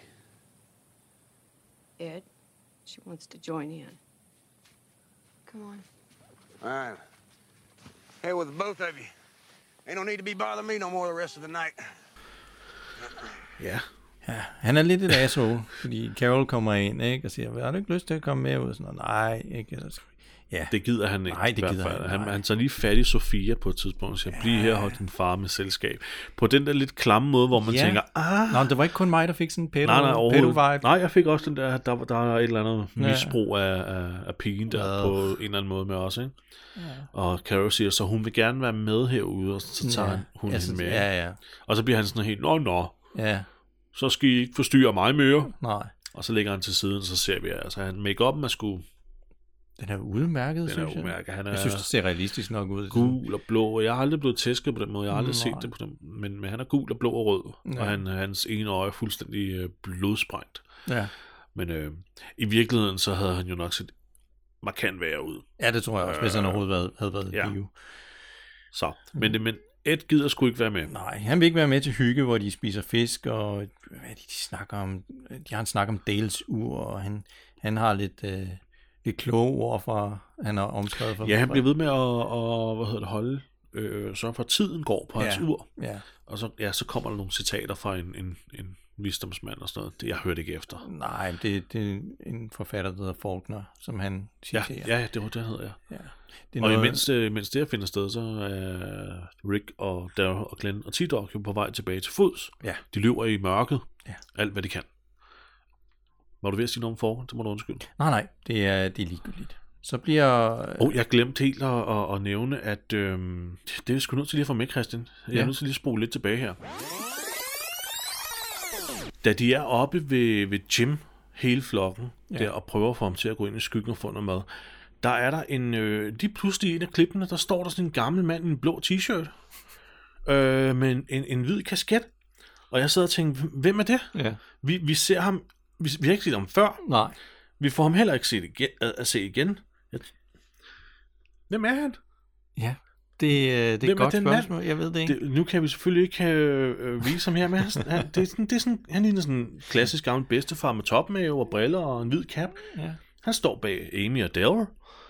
Ed, she wants to join in. Come on. All right. Hell with both of you. Ain't no need to be bothering me no more the rest of the night. Ja. Ja, han er lidt et asshole, fordi Carol kommer ind, ikke, og siger, har du ikke lyst til at komme med ud? Og sådan noget, nej, ikke. Altså, ja. Det gider han ikke. Nej, det gider han, han nej. Han tager lige fat i Sofia på et tidspunkt og siger, bliv her og hold din far med selskab. På den der lidt klamme måde, hvor man ja. tænker, ah... Nå, det var ikke kun mig, der fik sådan en pedo, nej, nej, pedo-vibe. Nej, jeg fik også den der, der, der er et eller andet ja. misbrug af, af, af pigen der, ja. på en eller anden måde med os, ikke? Ja. Og Carol siger, så hun vil gerne være med herude, og så tager ja. hun ja, hende med. Ja, ja. Og så bliver han sådan helt, nå, nå, ja. så skal I ikke forstyrre mig mere. Nej. Og så lægger han til siden, så ser vi, altså han make-up'en er sgu... Den er udmærket, den synes er udmærket. Han er jeg. synes, det ser realistisk nok ud. Gul og blå, og jeg har aldrig blevet tæsket på den måde, jeg har aldrig Nej. set det på den, men, men han er gul og blå og rød, ja. og han, hans ene øje er fuldstændig øh, blodsprængt. Ja. Men øh, i virkeligheden, så havde han jo nok set markant værre ud. Ja, det tror jeg også, øh, hvis han overhovedet været, havde været ja. i live. Så, men, mm. men Ed gider sgu ikke være med. Nej, han vil ikke være med til hygge, hvor de spiser fisk, og hvad er det, de snakker om? De har en snak om Dales ur, og han, han har lidt... Øh, det kloge ord fra, han har omskrevet for. Ja, han bliver ved med at, at hvad hedder det, holde, øh, sørge for, at tiden går på ja. hans ur. Ja. Og så, ja, så kommer der nogle citater fra en, en, en visdomsmand og sådan noget. Det, jeg hørte ikke efter. Nej, det, det er en forfatter, der hedder Faulkner, som han citerer. Ja, ja det var det, hedder jeg. Ja. Det og noget... imens, øh, mens det her finder sted, så er Rick og Daryl og Glenn og T-Dog jo på vej tilbage til fods. Ja. De løber i mørket. Ja. Alt, hvad de kan. Var du ved at sige noget om forhold? Det må du undskylde. Nej, nej. Det er, det er ligegyldigt. Så bliver... Åh, oh, jeg glemte helt at, at, at nævne, at øhm, det er vi sgu nødt til lige at få med, Christian. Jeg er ja. nødt til lige at spole lidt tilbage her. Da de er oppe ved, ved Jim, hele flokken, ja. der, og prøver at få ham til at gå ind i skyggen og få noget mad, der er der en... Øh, lige pludselig i en af klippene, der står der sådan en gammel mand i en blå t-shirt, øh, med en, en, en hvid kasket. Og jeg sidder og tænker, hvem er det? Ja. Vi, vi ser ham... Vi, vi har ikke set ham før. Nej. Vi får ham heller ikke set igen, at, at se igen. Jeg... Hvem er han? Ja, det, det er et godt spørgsmål. Jeg ved det ikke. Det, nu kan vi selvfølgelig ikke øh, vise ham her, men han, han, det er sådan, det er sådan, han ligner sådan en klassisk gammel bedstefar med topmave og briller og en hvid cap. Ja. Han står bag Amy og Daryl.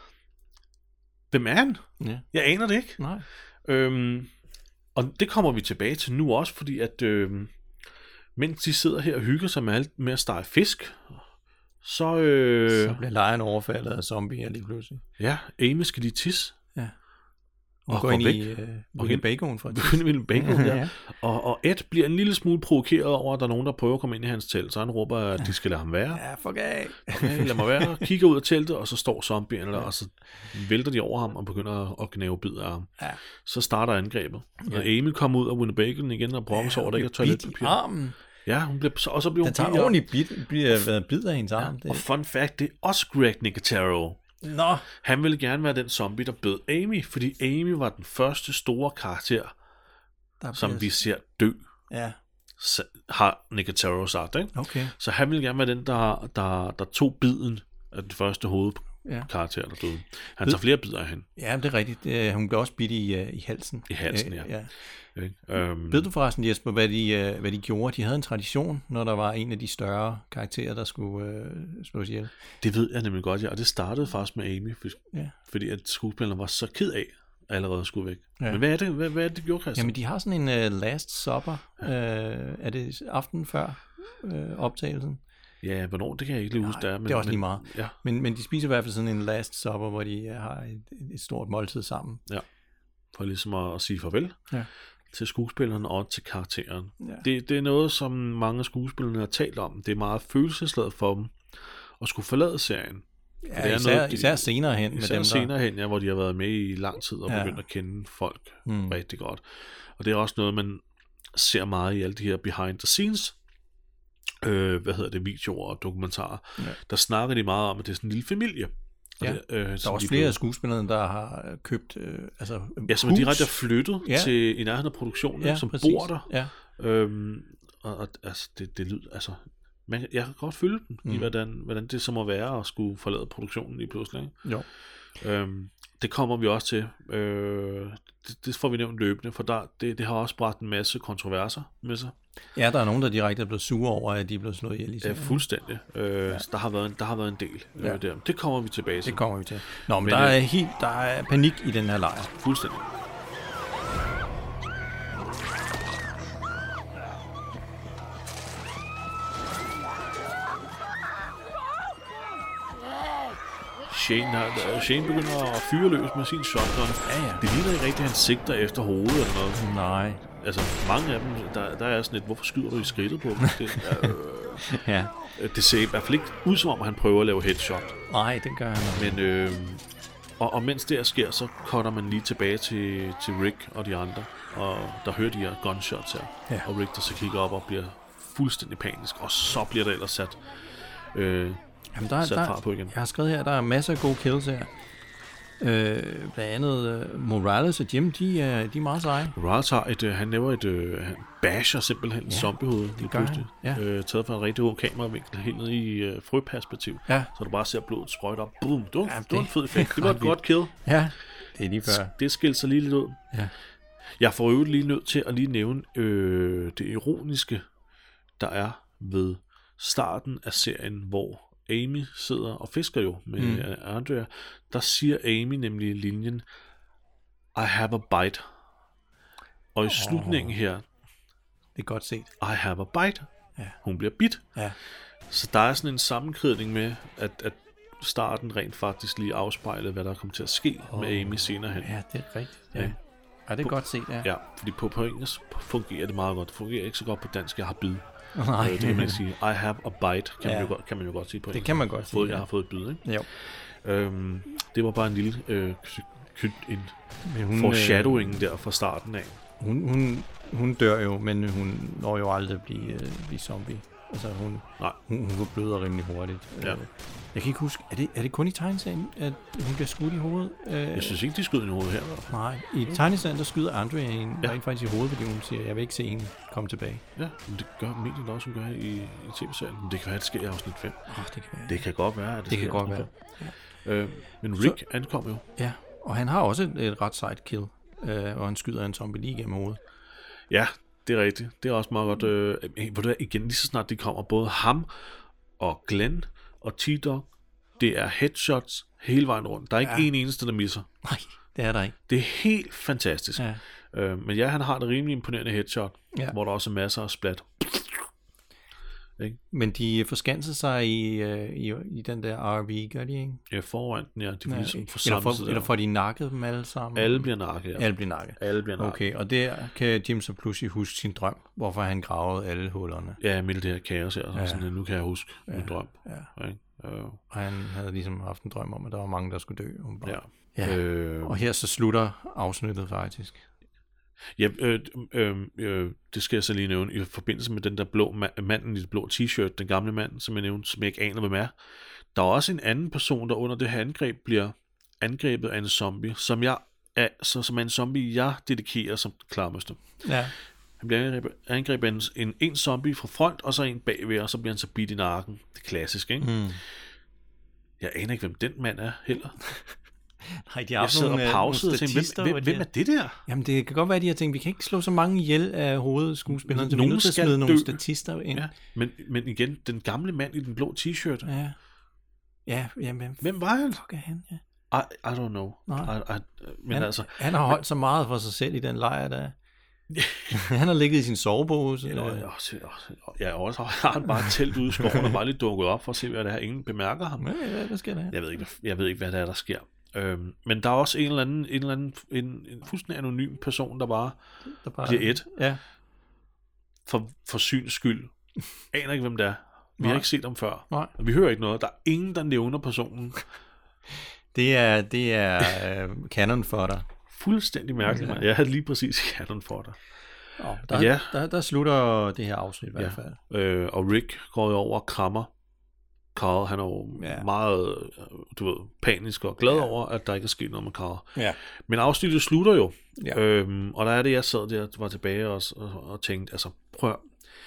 Hvem er han? Ja. Jeg aner det ikke. Nej. Øhm, og det kommer vi tilbage til nu også, fordi at... Øh, mens de sidder her og hygger sig med, alt, med at stege fisk, så... Øh, så bliver lejren overfaldet af zombier lige pludselig. Ja, Amy skal lige tisse. Ja. Og, og går ind væk. i uh, William Bacon for at tisse. William Bacon, ja. ja. Og, og Ed bliver en lille smule provokeret over, at der er nogen, der prøver at komme ind i hans telt, så han råber, at de skal lade ham være. Ja, fuck af. Okay, lad mig være. Kigger ud af teltet, og så står zombierne der, og så vælter de over ham og begynder at gnave bid af ham. Ja. Så starter angrebet. Ja. Og Amy kommer ud af William Bacon igen og brokker sig over, at der ikke er toiletpapir. Armen. Ja, hun bliver, og så bliver hun... Den tager en ordentlig bid, bliver bid af hendes arm. Ja, og fun fact, det er også Greg Nicotero. Nå. Han ville gerne være den zombie, der bød Amy, fordi Amy var den første store karakter, der som vi ser dø. Ja. Har Nicotero sagt, ikke? Okay. Så han ville gerne være den, der, der, der tog biden af den første hovedkarakter, der døde. Han tager flere bidder af hende. Ja, det er rigtigt. Hun blev også bidt i, i halsen. I halsen, ja. ja. Um, Ved du forresten, Jesper, hvad de, hvad de gjorde? De havde en tradition, når der var en af de større karakterer, der skulle øh, slås ihjel. Det ved jeg nemlig godt, ja. Og det startede faktisk med Amy, for, ja. fordi at skuespilleren var så ked af, at allerede skulle væk. Ja. Men hvad er det, hvad, hvad er det, de gjorde, Christian? Jamen, de har sådan en uh, last supper. Ja. Uh, er det aften før uh, optagelsen? Ja, hvornår, det kan jeg ikke lige huske, Nej, der. Men, det er også men, lige meget. Ja. Men, men de spiser i hvert fald sådan en last supper, hvor de uh, har et, et stort måltid sammen. Ja, for ligesom at, at sige farvel. Ja. Til skuespilleren og til karakteren. Ja. Det, det er noget, som mange af skuespillerne har talt om. Det er meget følelsesladet for dem at skulle forlade serien. Ja, det er især, noget, de, især senere hen. Især med dem, senere hen, ja, hvor de har været med i lang tid og ja. begyndt at kende folk mm. rigtig godt. Og det er også noget, man ser meget i alle de her behind the scenes øh, hvad hedder det, videoer og dokumentarer. Ja. Der snakker de meget om, at det er sådan en lille familie. Ja. Det, øh, der er også flere af skuespillerne, der har købt øh, altså, ja, som er direkte flyttet ja. til i nærheden af produktionen, ja, som præcis. bor der. Ja. Øhm, og, og altså, det, det lyder, altså, man, jeg kan godt følge dem mm. i, hvordan, hvordan det så må være at skulle forlade produktionen lige pludselig. Ikke? Jo. Øhm, det kommer vi også til. Øh, det, det får vi nævnt løbende, for der, det, det har også bragt en masse kontroverser med sig. Ja, der er nogen, der direkte er blevet sure over, at de er blevet slået ihjel i serien. Ja, fuldstændig. Øh, ja. Der, har været en, der har været en del øh, ja. der. Det kommer vi tilbage til. Det kommer vi til. Nå, men, men der, er helt, der er panik i den her lejr. Fuldstændig. Shane, der, Shane begynder at fyre løs med sin shotgun. Ja, ja. Det ligner ikke rigtigt, at han sigter efter hovedet eller noget. Nej. Altså, mange af dem, der, der er sådan lidt, hvorfor skyder du i skridtet på dem? Det, er, øh, ja. det ser i hvert fald ikke ud, som om han prøver at lave headshot. Nej, det gør han. Men, øh, og, og mens det sker, så cutter man lige tilbage til, til Rick og de andre. Og der hører de her gunshots her. Ja. Og Rick, der så kigger op og bliver fuldstændig panisk. Og så bliver der ellers sat, øh, Jamen, der, sat der, far på igen. Jeg har skrevet her, der er masser af gode kills her. Øh, blandt andet uh, Morales og Jim, de er, de er meget seje. Morales har et, øh, han laver et, øh, han basher simpelthen ja, et zombiehoved. Det gør han, ja. øh, taget fra en rigtig god kameravinkel, helt ned i øh, frøperspektiv. Ja. Så du bare ser blodet sprøjte op. Boom, det var, ja, det var en fed effekt. Det var et godt kill. Ja, det er lige før. Det skilte sig lige lidt ud. Ja. Jeg får øvrigt lige nødt til at lige nævne øh, det ironiske, der er ved starten af serien, hvor Amy sidder og fisker jo med mm. Andrea. Der siger Amy nemlig linjen, I have a bite. Og i slutningen oh. her, det er godt set. I have a bite. Ja. Hun bliver bit. Ja. Så der er sådan en sammenkridning med, at, at starten rent faktisk lige afspejlede, hvad der kommer til at ske oh. med Amy senere hen. Ja, det er rigtigt. Ja. Ja, det er på, godt set, ja. Ja, fordi på, på engelsk fungerer det meget godt. Det fungerer ikke så godt på dansk. Jeg har bid. Nej. Det kan man sige. I have a bite, kan, ja. man, jo godt, kan man jo godt sige på engelsk. Det kan man godt sige, fået, ja. Jeg har fået et bid, ikke? Jo. Øhm, det var bare en lille øh, en hun, foreshadowing øh, der fra starten af. Hun, hun, hun dør jo, men hun når jo aldrig at blive, øh, blive zombie. Altså, hun, Nej. hun, hun forbløder rimelig hurtigt. Ja. Jeg kan ikke huske, er det, er det kun i tegneserien, at hun bliver skudt i hovedet? Jeg synes ikke, de skyder i hovedet her. Nej, i tegneserien, der skyder Andrea en ja. rent faktisk i hovedet, fordi hun siger, jeg vil ikke se hende komme tilbage. Ja, men det gør mediet også, hun gør i, i tv-serien. Men det kan være, at det sker i afsnit fem. Oh, det, kan det kan godt være, at det, det kan godt være. Ja. Øh, men Rick Så, ankom jo. Ja, og han har også et, et ret sejt kill, øh, og han skyder en zombie lige igennem hovedet. Ja, det er rigtigt. Det er også meget godt. Øh, hvor det er igen, lige så snart de kommer, både ham og Glenn og T-Dog, det er headshots hele vejen rundt. Der er ikke ja. en eneste, der misser. Nej, det er der ikke. Det er helt fantastisk. Ja. Øh, men ja, han har det rimelig imponerende headshot, ja. hvor der også er masser af splat. Ikke? Men de forskanser sig i, i, i den der R V, gør de ikke? Ja, foran den, ja. De ja ligesom eller, for, eller får de nakket dem alle sammen? Alle bliver nakket, ja. Alle bliver nakket. Alle bliver nakket. Okay, og der kan Jim så pludselig huske sin drøm, hvorfor han gravede alle hullerne. Ja, midt i det her kaos her. Ja. Sådan, nu kan jeg huske ja. min drøm. Ja. Ikke? Uh. Og han havde ligesom haft en drøm om, at der var mange, der skulle dø. Ja. ja. Øh. Og her så slutter afsnittet faktisk. Ja, øh, øh, øh, det skal jeg så lige nævne i forbindelse med den der blå ma- manden i det blå t-shirt, den gamle mand, som jeg nævnte, som jeg ikke aner, hvem er. Der er også en anden person, der under det her angreb bliver angrebet af en zombie, som jeg er, så, som er en zombie, jeg dedikerer som klarmøste. Ja. Han bliver angrebet, angrebet af en, en, en zombie fra front, og så en bagved, og så bliver han så bidt i nakken. Det er klassisk, ikke? Mm. Jeg aner ikke, hvem den mand er heller. Nej, de har jeg sidder og pausede og tænkte, hvem, hvem, hvem er det der? Jamen, det kan godt være, at de har tænkt, vi kan ikke slå så mange ihjel af hovedskuespillerne, så vi er nødt til at smide nogle statister ind. Ja, men, men igen, den gamle mand i den blå t-shirt. Ja, ja jamen, hvem var han? Fuck er han, ja. I, I don't know. Nej. I, I, men han, altså, han har holdt så meget for sig selv i den lejr, der han har ligget i sin sovepose. Ja, og, og, ja, også har han bare telt ude i skoven og bare lige dukket op for at se, hvad det her. Ingen bemærker ham. Ja, ja, hvad sker der her? Jeg ved ikke, jeg ved ikke hvad der er, der sker. Øhm, men der er også en eller anden, en, eller anden en, en fuldstændig anonym person, der bare, der bare bliver et. Ja. For, for syns skyld. Aner ikke, hvem det er. Vi Nej. har ikke set dem før. Nej. Vi hører ikke noget. Der er ingen, der nævner personen. Det er, det er uh, canon for dig. Fuldstændig mærkeligt, ja. Jeg havde lige præcis canon for dig. Oh, der, ja. der, der slutter det her afsnit i hvert fald. Ja. Øh, og Rick går jo over og krammer Carl. Han er jo ja. meget, du ved, panisk og glad ja. over, at der ikke er sket noget med Carl. Ja. Men afsnittet slutter jo. Ja. Øhm, og der er det, jeg sad der var tilbage og, og, og tænkte, altså prøv,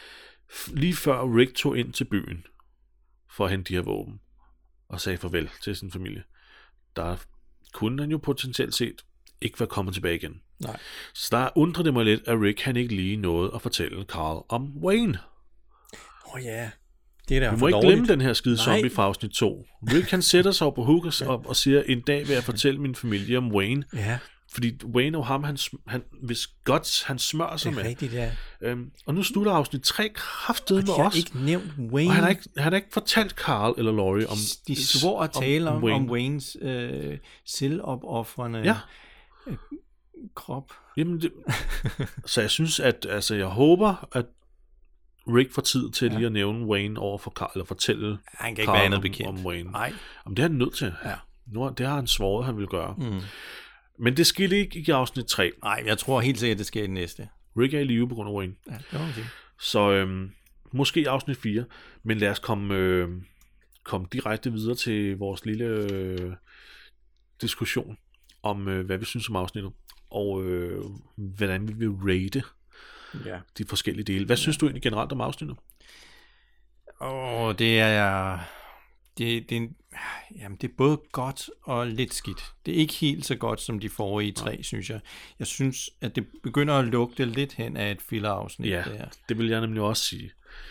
lige før Rick tog ind til byen for at hente de her våben og sagde farvel til sin familie, der kunne han jo potentielt set ikke være kommet tilbage igen. Nej. Så der undrer det mig lidt, at Rick han ikke lige nåede at fortælle Carl om Wayne. Åh oh, ja. Det er der vi må ikke dårligt. Glemme den her skide zombie fra afsnit to. Rick han sætter sig op på hook og, og siger, en dag vil jeg fortælle min familie om Wayne. Ja. fordi Wayne og ham, han, han hvis godt han smører sig med. Det er rigtigt, ja. Øhm, og nu slutter afsnit tre kraftedeme med Og de har os. ikke nævnt Wayne. Og han har ikke, han har ikke fortalt Carl eller Laurie om... De svor at tale om, om, Wayne. om Waynes øh, selvopoffrende Ja. øh, krop. Jamen, det, så jeg synes, at altså, jeg håber, at Rick får tid til ja. lige at nævne Wayne over for Carl, eller fortælle Han kan ikke Carl være andet om, bekendt. om Wayne. Nej. Om det er han nødt til. Ja. Nu, det har han svoret, han vil gøre. Mm. Men det skete ikke i afsnit tre. Nej, jeg tror helt sikkert, det sker i det næste. Rick er i live på grund af Wayne. Ja, det må man sige. Så øhm, måske i afsnit fire. Men lad os komme, øh, komme direkte videre til vores lille øh, diskussion om, øh, hvad vi synes om afsnittet. Og øh, hvordan vi vil rate ja. de forskellige dele. Hvad synes du egentlig generelt om afsnittet? Åh, det er... Det, det, er, jamen, det er både godt og lidt skidt. Det er ikke helt så godt som de forrige tre, ja. synes jeg. Jeg synes, at det begynder at lugte lidt hen af et filler-afsnit. Ja, der. det vil jeg nemlig også sige.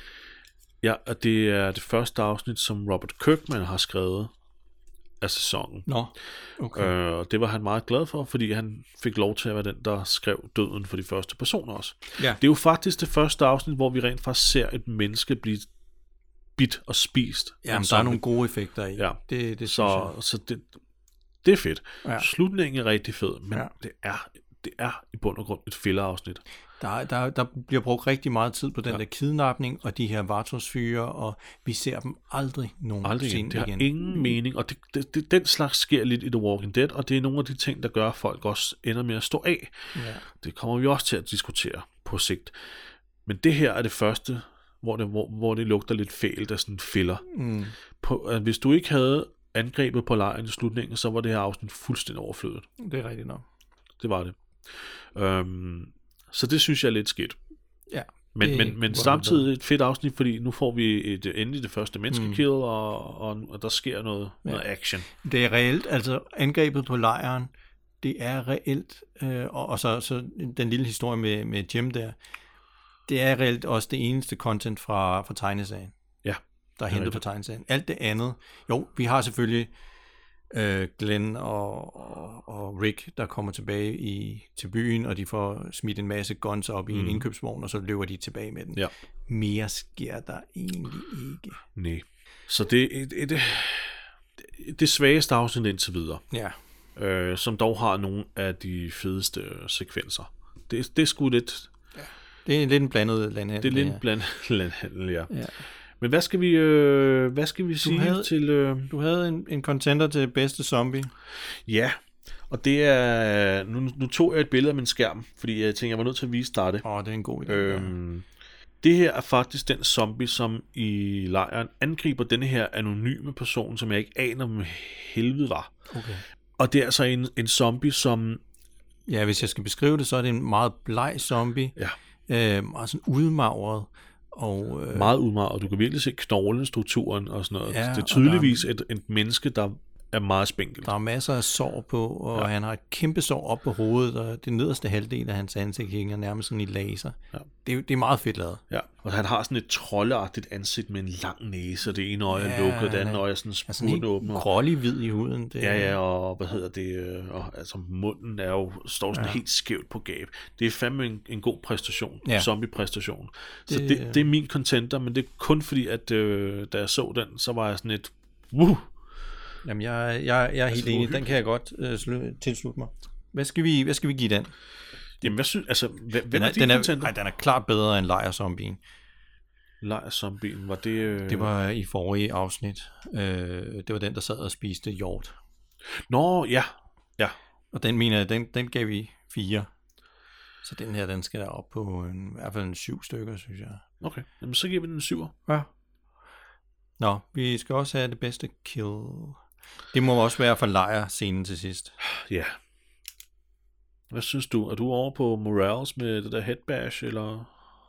Ja, og det er det første afsnit, som Robert Kirkman har skrevet af sæsonen. Nå, okay. Øh, det var han meget glad for, fordi han fik lov til at være den, der skrev døden for de første personer også. Ja. Det er jo faktisk det første afsnit, hvor vi rent faktisk ser et menneske blive bit og spist. Jamen, der er nogle gode effekter i. Ja. Det, det så så det, det er fedt. Ja. Slutningen er rigtig fed, men ja. det, er, det er i bund og grund et filler-afsnit. Der, der, der bliver brugt rigtig meget tid på den ja. der kidnapning, og de her Vatos-fyre, og vi ser dem aldrig nogensinde aldrig igen. Det har igen. ingen mening, og det, det, det, den slags sker lidt i The Walking Dead, og det er nogle af de ting, der gør, at folk også ender med at stå af. Ja. Det kommer vi også til at diskutere på sigt. Men det her er det første, hvor det, hvor, hvor det lugter lidt fælt af sådan en filler. Mm. På, at hvis du ikke havde angrebet på lejren i slutningen, så var det her afsnit fuldstændig overflødet. Det er rigtigt nok. Det var det. Øhm, så det synes jeg er lidt skidt. Ja. Men, men, men samtidig et fedt afsnit, fordi nu får vi et, endelig det første menneskekill, mm. og, og, og der sker noget, ja. noget action. Det er reelt, altså angrebet på lejren, det er reelt, øh, og, og så, så den lille historie med, med Jim der, det er reelt også det eneste content fra, fra tegneserien. Ja. Der er hentet på tegneserien. Alt det andet, jo, vi har selvfølgelig øh, Glenn og, og, og Rick, der kommer tilbage i, til byen, og de får smidt en masse guns op i mm. en indkøbsvogn, og så løber de tilbage med den. Ja. Mere sker der egentlig ikke. Nej. Så det er et, et, et, det svageste afsnit indtil videre. Ja. Øh, som dog har nogle af de fedeste sekvenser. Det, det er sgu lidt... Ja. Det er lidt en blandet landhandel. Det er lidt en blandet landhandel, ja. ja. Men hvad skal vi, øh, hvad skal vi du sige havde, til... Øh... Du havde en, en contender til bedste zombie. Ja, og det er... Nu, nu tog jeg et billede af min skærm, fordi jeg tænkte, jeg var nødt til at vise dig det. Åh, oh, det er en god idé. Øhm, det her er faktisk den zombie, som i lejren angriber denne her anonyme person, som jeg ikke aner, hvad helvede var. Okay. Og det er altså en, en zombie, som... Ja, hvis jeg skal beskrive det, så er det en meget bleg zombie. Ja. Øh, meget sådan udmagret. Og, øh, meget udmagret, og du kan virkelig se knoglestrukturen og sådan noget. Ja, det er tydeligvis et, et menneske, der er meget spinkelt. Der er masser af sår på, og ja. han har et kæmpe sår op på hovedet, og det nederste halvdel af hans ansigt hænger nærmest sådan i laser. Ja. Det, det er meget fedt lavet. Ja, og han har sådan et troldeagtigt ansigt med en lang næse, og det ene øje er ja, lukket, det andet øje er sådan spurgt åbent. Altså grålig hvid i huden. Det, ja, ja, og hvad hedder det, og, altså munden er jo, står sådan ja. helt skævt på gab. Det er fandme en, en god præstation, ja. zombie-præstation. Så det, det, det er min contenter, men det er kun fordi, at øh, da jeg så den, så var jeg sådan et, wuh! Jamen, jeg, jeg, jeg er helt enig. Den kan jeg godt øh, tilslutte mig. Hvad skal vi, hvad skal vi give den? Jamen, hvad synes... Altså, hvad, den, er, er den, er, ej, den er klart bedre end Lejr-zombien. Lejr-zombien, var det... Øh... Det var i forrige afsnit. Øh, det var den, der sad og spiste hjort. Nå, ja. Ja. Og den mener jeg, den, den gav vi fire. Så den her, den skal der op på en, i hvert fald en syv stykker, synes jeg. Okay, jamen så giver vi den en syver. Ja. Nå, vi skal også have det bedste kill. Det må også være for Lejr-scenen til sidst. Ja. Hvad synes du? Er du over på Morales med det der headbash, eller?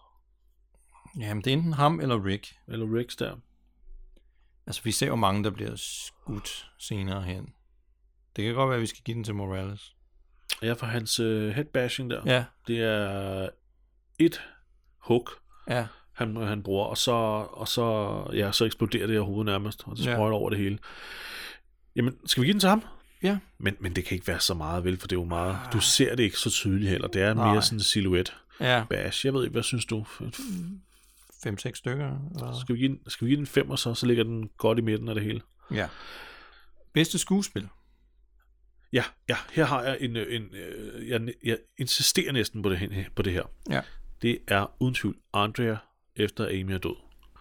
Jamen, det er enten ham eller Rick. Eller Ricks der. Altså, vi ser jo mange, der bliver skudt senere hen. Det kan godt være, at vi skal give den til Morales. Ja, for hans uh, headbashing der. Ja. Det er et hook, ja. han, han bruger, og så, og så, ja, så eksploderer det her hoved nærmest, og det sprøjter ja. over det hele. Jamen, skal vi give den til ham? Ja. Men, men det kan ikke være så meget, vel, for det er jo meget... Du ser det ikke så tydeligt heller. Det er Nej. mere sådan en silhuet. Ja. Bash. Jeg ved ikke, hvad synes du? fem seks stykker. Og... Skal vi give den, skal vi give den femmer så? Så ligger den godt i midten af det hele. Ja. Bedste skuespil? Ja, ja. Her har jeg en... en, en jeg, jeg insisterer næsten på det, på det her. Ja. Det er uden tvivl Andrea, efter Amy er død.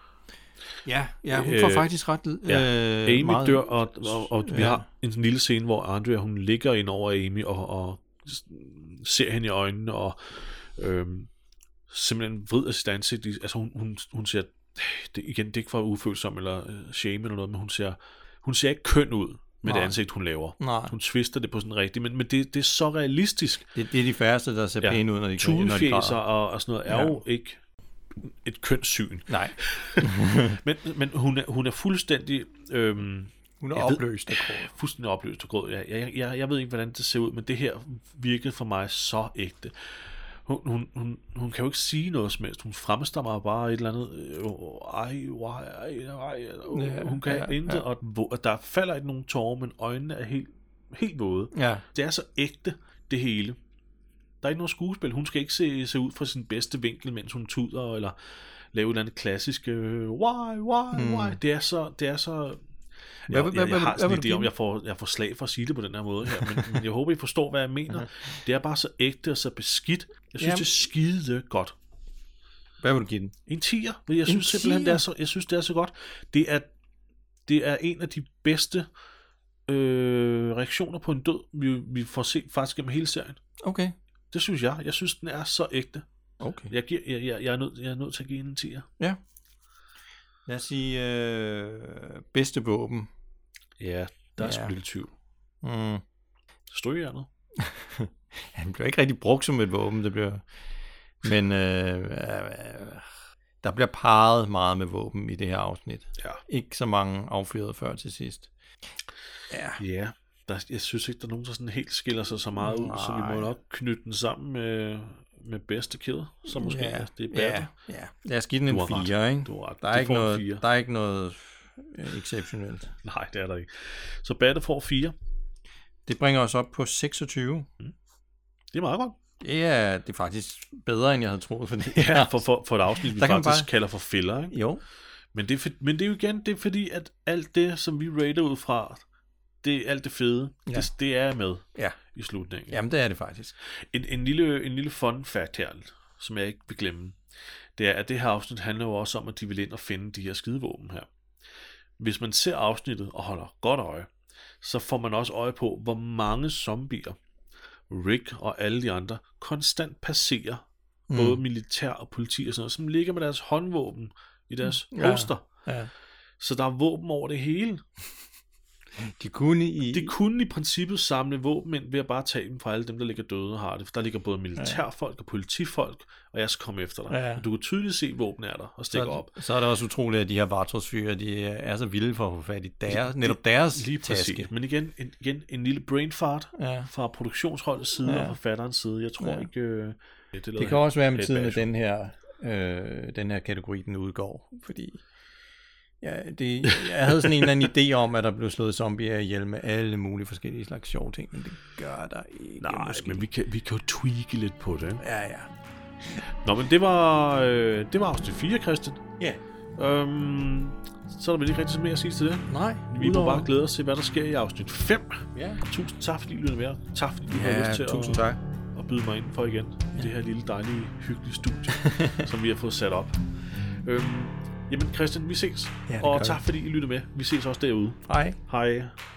Ja, ja, hun får øh, faktisk ret øh, ja. Amy meget... dør, og, og, og vi ja. har en lille scene, hvor Andrea, hun ligger ind over Amy og, og ser hende i øjnene og øhm, simpelthen vrider sit ansigt. Altså hun, hun, hun ser, det, igen, det er ikke for ufølsom eller øh, shame eller noget, men hun ser, hun ser ikke køn ud med Nej. det ansigt, hun laver. Nej. Hun twister det på sådan rigtigt, men, men det, det er så realistisk. Det, det er de færreste, der ser ja. pæne ud, når de, Tudefjæser og, og sådan noget er ja. jo ikke et kønssyn. Nej. men men hun, er, hun er fuldstændig... Øhm, hun er opløst af gråd. Fuldstændig opløst af gråd. Jeg, jeg, jeg, jeg ved ikke, hvordan det ser ud, men det her virkede for mig så ægte. Hun, hun, hun, hun kan jo ikke sige noget som helst. Hun fremstammer bare et eller andet... Øh, ej, ej, ej, ej, ja, hun kan ja, intet, ja. Og, og der falder ikke nogen tårer, men øjnene er helt, helt våde. Ja. Det er så ægte, det hele. Der er ikke noget skuespil. Hun skal ikke se, se ud fra sin bedste vinkel, mens hun tuder, eller lave et eller andet klassisk øh, why, why, mm. why. Det er så... Det er så jeg, jeg, jeg, jeg har sådan en idé om, jeg får, jeg får slag for at sige det på den her måde her, men, men jeg håber, I forstår, hvad jeg mener. Uh-huh. Det er bare så ægte og så beskidt. Jeg synes, Jamen. det er skide godt. Hvad vil du give den? En tier. Jeg synes en simpelthen, det er så, jeg synes, det er så godt. Det er, det er en af de bedste øh, reaktioner på en død, vi, vi får set faktisk gennem hele serien. Okay. Det synes jeg. Jeg synes, den er så ægte. Okay. Jeg, giver, jeg, jeg, jeg, er, nødt, jeg er nødt til at give en tier. Ja. Lad os sige øh, bedste våben. Ja, der er ja. sgu lidt tvivl. Mm. Strygejernet. Ja, den bliver ikke rigtig brugt som et våben, det bliver... Men øh, øh, der bliver parret meget med våben i det her afsnit. Ja. Ikke så mange affyrede før til sidst. Ja. Ja. Der, jeg synes ikke, der er nogen, der sådan helt skiller sig så meget ud, Nej. så vi må nok knytte den sammen med, med bedste kæde, så måske ja. det er bedre. Ja, ja. Lad os give den en fire, ikke? Der er ikke, noget, der er ikke noget exceptionelt. Nej, det er der ikke. Så Batte får fire. Det bringer os op på seksogtyve. Mm. Det er meget godt. Det er, det er faktisk bedre, end jeg havde troet. For det. Ja, for, for, for et afsnit, vi faktisk bare... kalder for filler, ikke? Jo. Men det, er for, men det er jo igen, det er fordi, at alt det, som vi rater ud fra, det alt det fede, ja. det, det er med ja. i slutningen. Jamen, det er det faktisk. En, en, lille, en lille fun fact her, som jeg ikke vil glemme, det er, at det her afsnit handler jo også om, at de vil ind og finde de her skidevåben her. Hvis man ser afsnittet og holder godt øje, så får man også øje på, hvor mange zombier Rick og alle de andre konstant passerer, mm. både militær og politi og sådan noget, som ligger med deres håndvåben i deres ja. holster. Ja. Så der er våben over det hele. De kunne i... De kunne i princippet samle våben ind ved at bare tage dem fra alle dem, der ligger døde og har det. For der ligger både militærfolk og politifolk, og jeg skal komme efter dig. Ja. Du kan tydeligt se, at våben er der og stikker op. Så er det også utroligt, at de her Vartros-fyre, de er så vilde for at få fat i deres, netop deres lige taske. Præcis. Men igen en, igen, en lille brain fart ja. fra produktionsholdets side ja. og forfatterens side. Jeg tror ja. ikke... Øh, det, det, det kan også være med tiden, at den her, øh, den her kategori, den udgår. Fordi... Ja, det, jeg havde sådan en eller anden idé om, at der blev slået zombier ihjel med alle mulige forskellige slags sjove ting, men det gør der ikke. Nej, måske. Men vi kan, vi kan jo tweake lidt på det. Ja, ja. Nå, men det var, øh, det var afsnit fire, Christian. Ja. Øhm, så er der vel ikke rigtig så mere at sige til det. Nej. Vi må bare glæde os til, hvad der sker i afsnit fem. Ja. Tusind tak, fordi I lyttede med. Tak, fordi du ja, har lyst til tusind at, tak. at byde mig indenfor igen. Ja. Det her lille, dejlige, hyggelige studie, som vi har fået sat op. Øhm, Jamen Christian, vi ses. Ja, og tak fordi I lytter med. Vi ses også derude. Hej. Hej.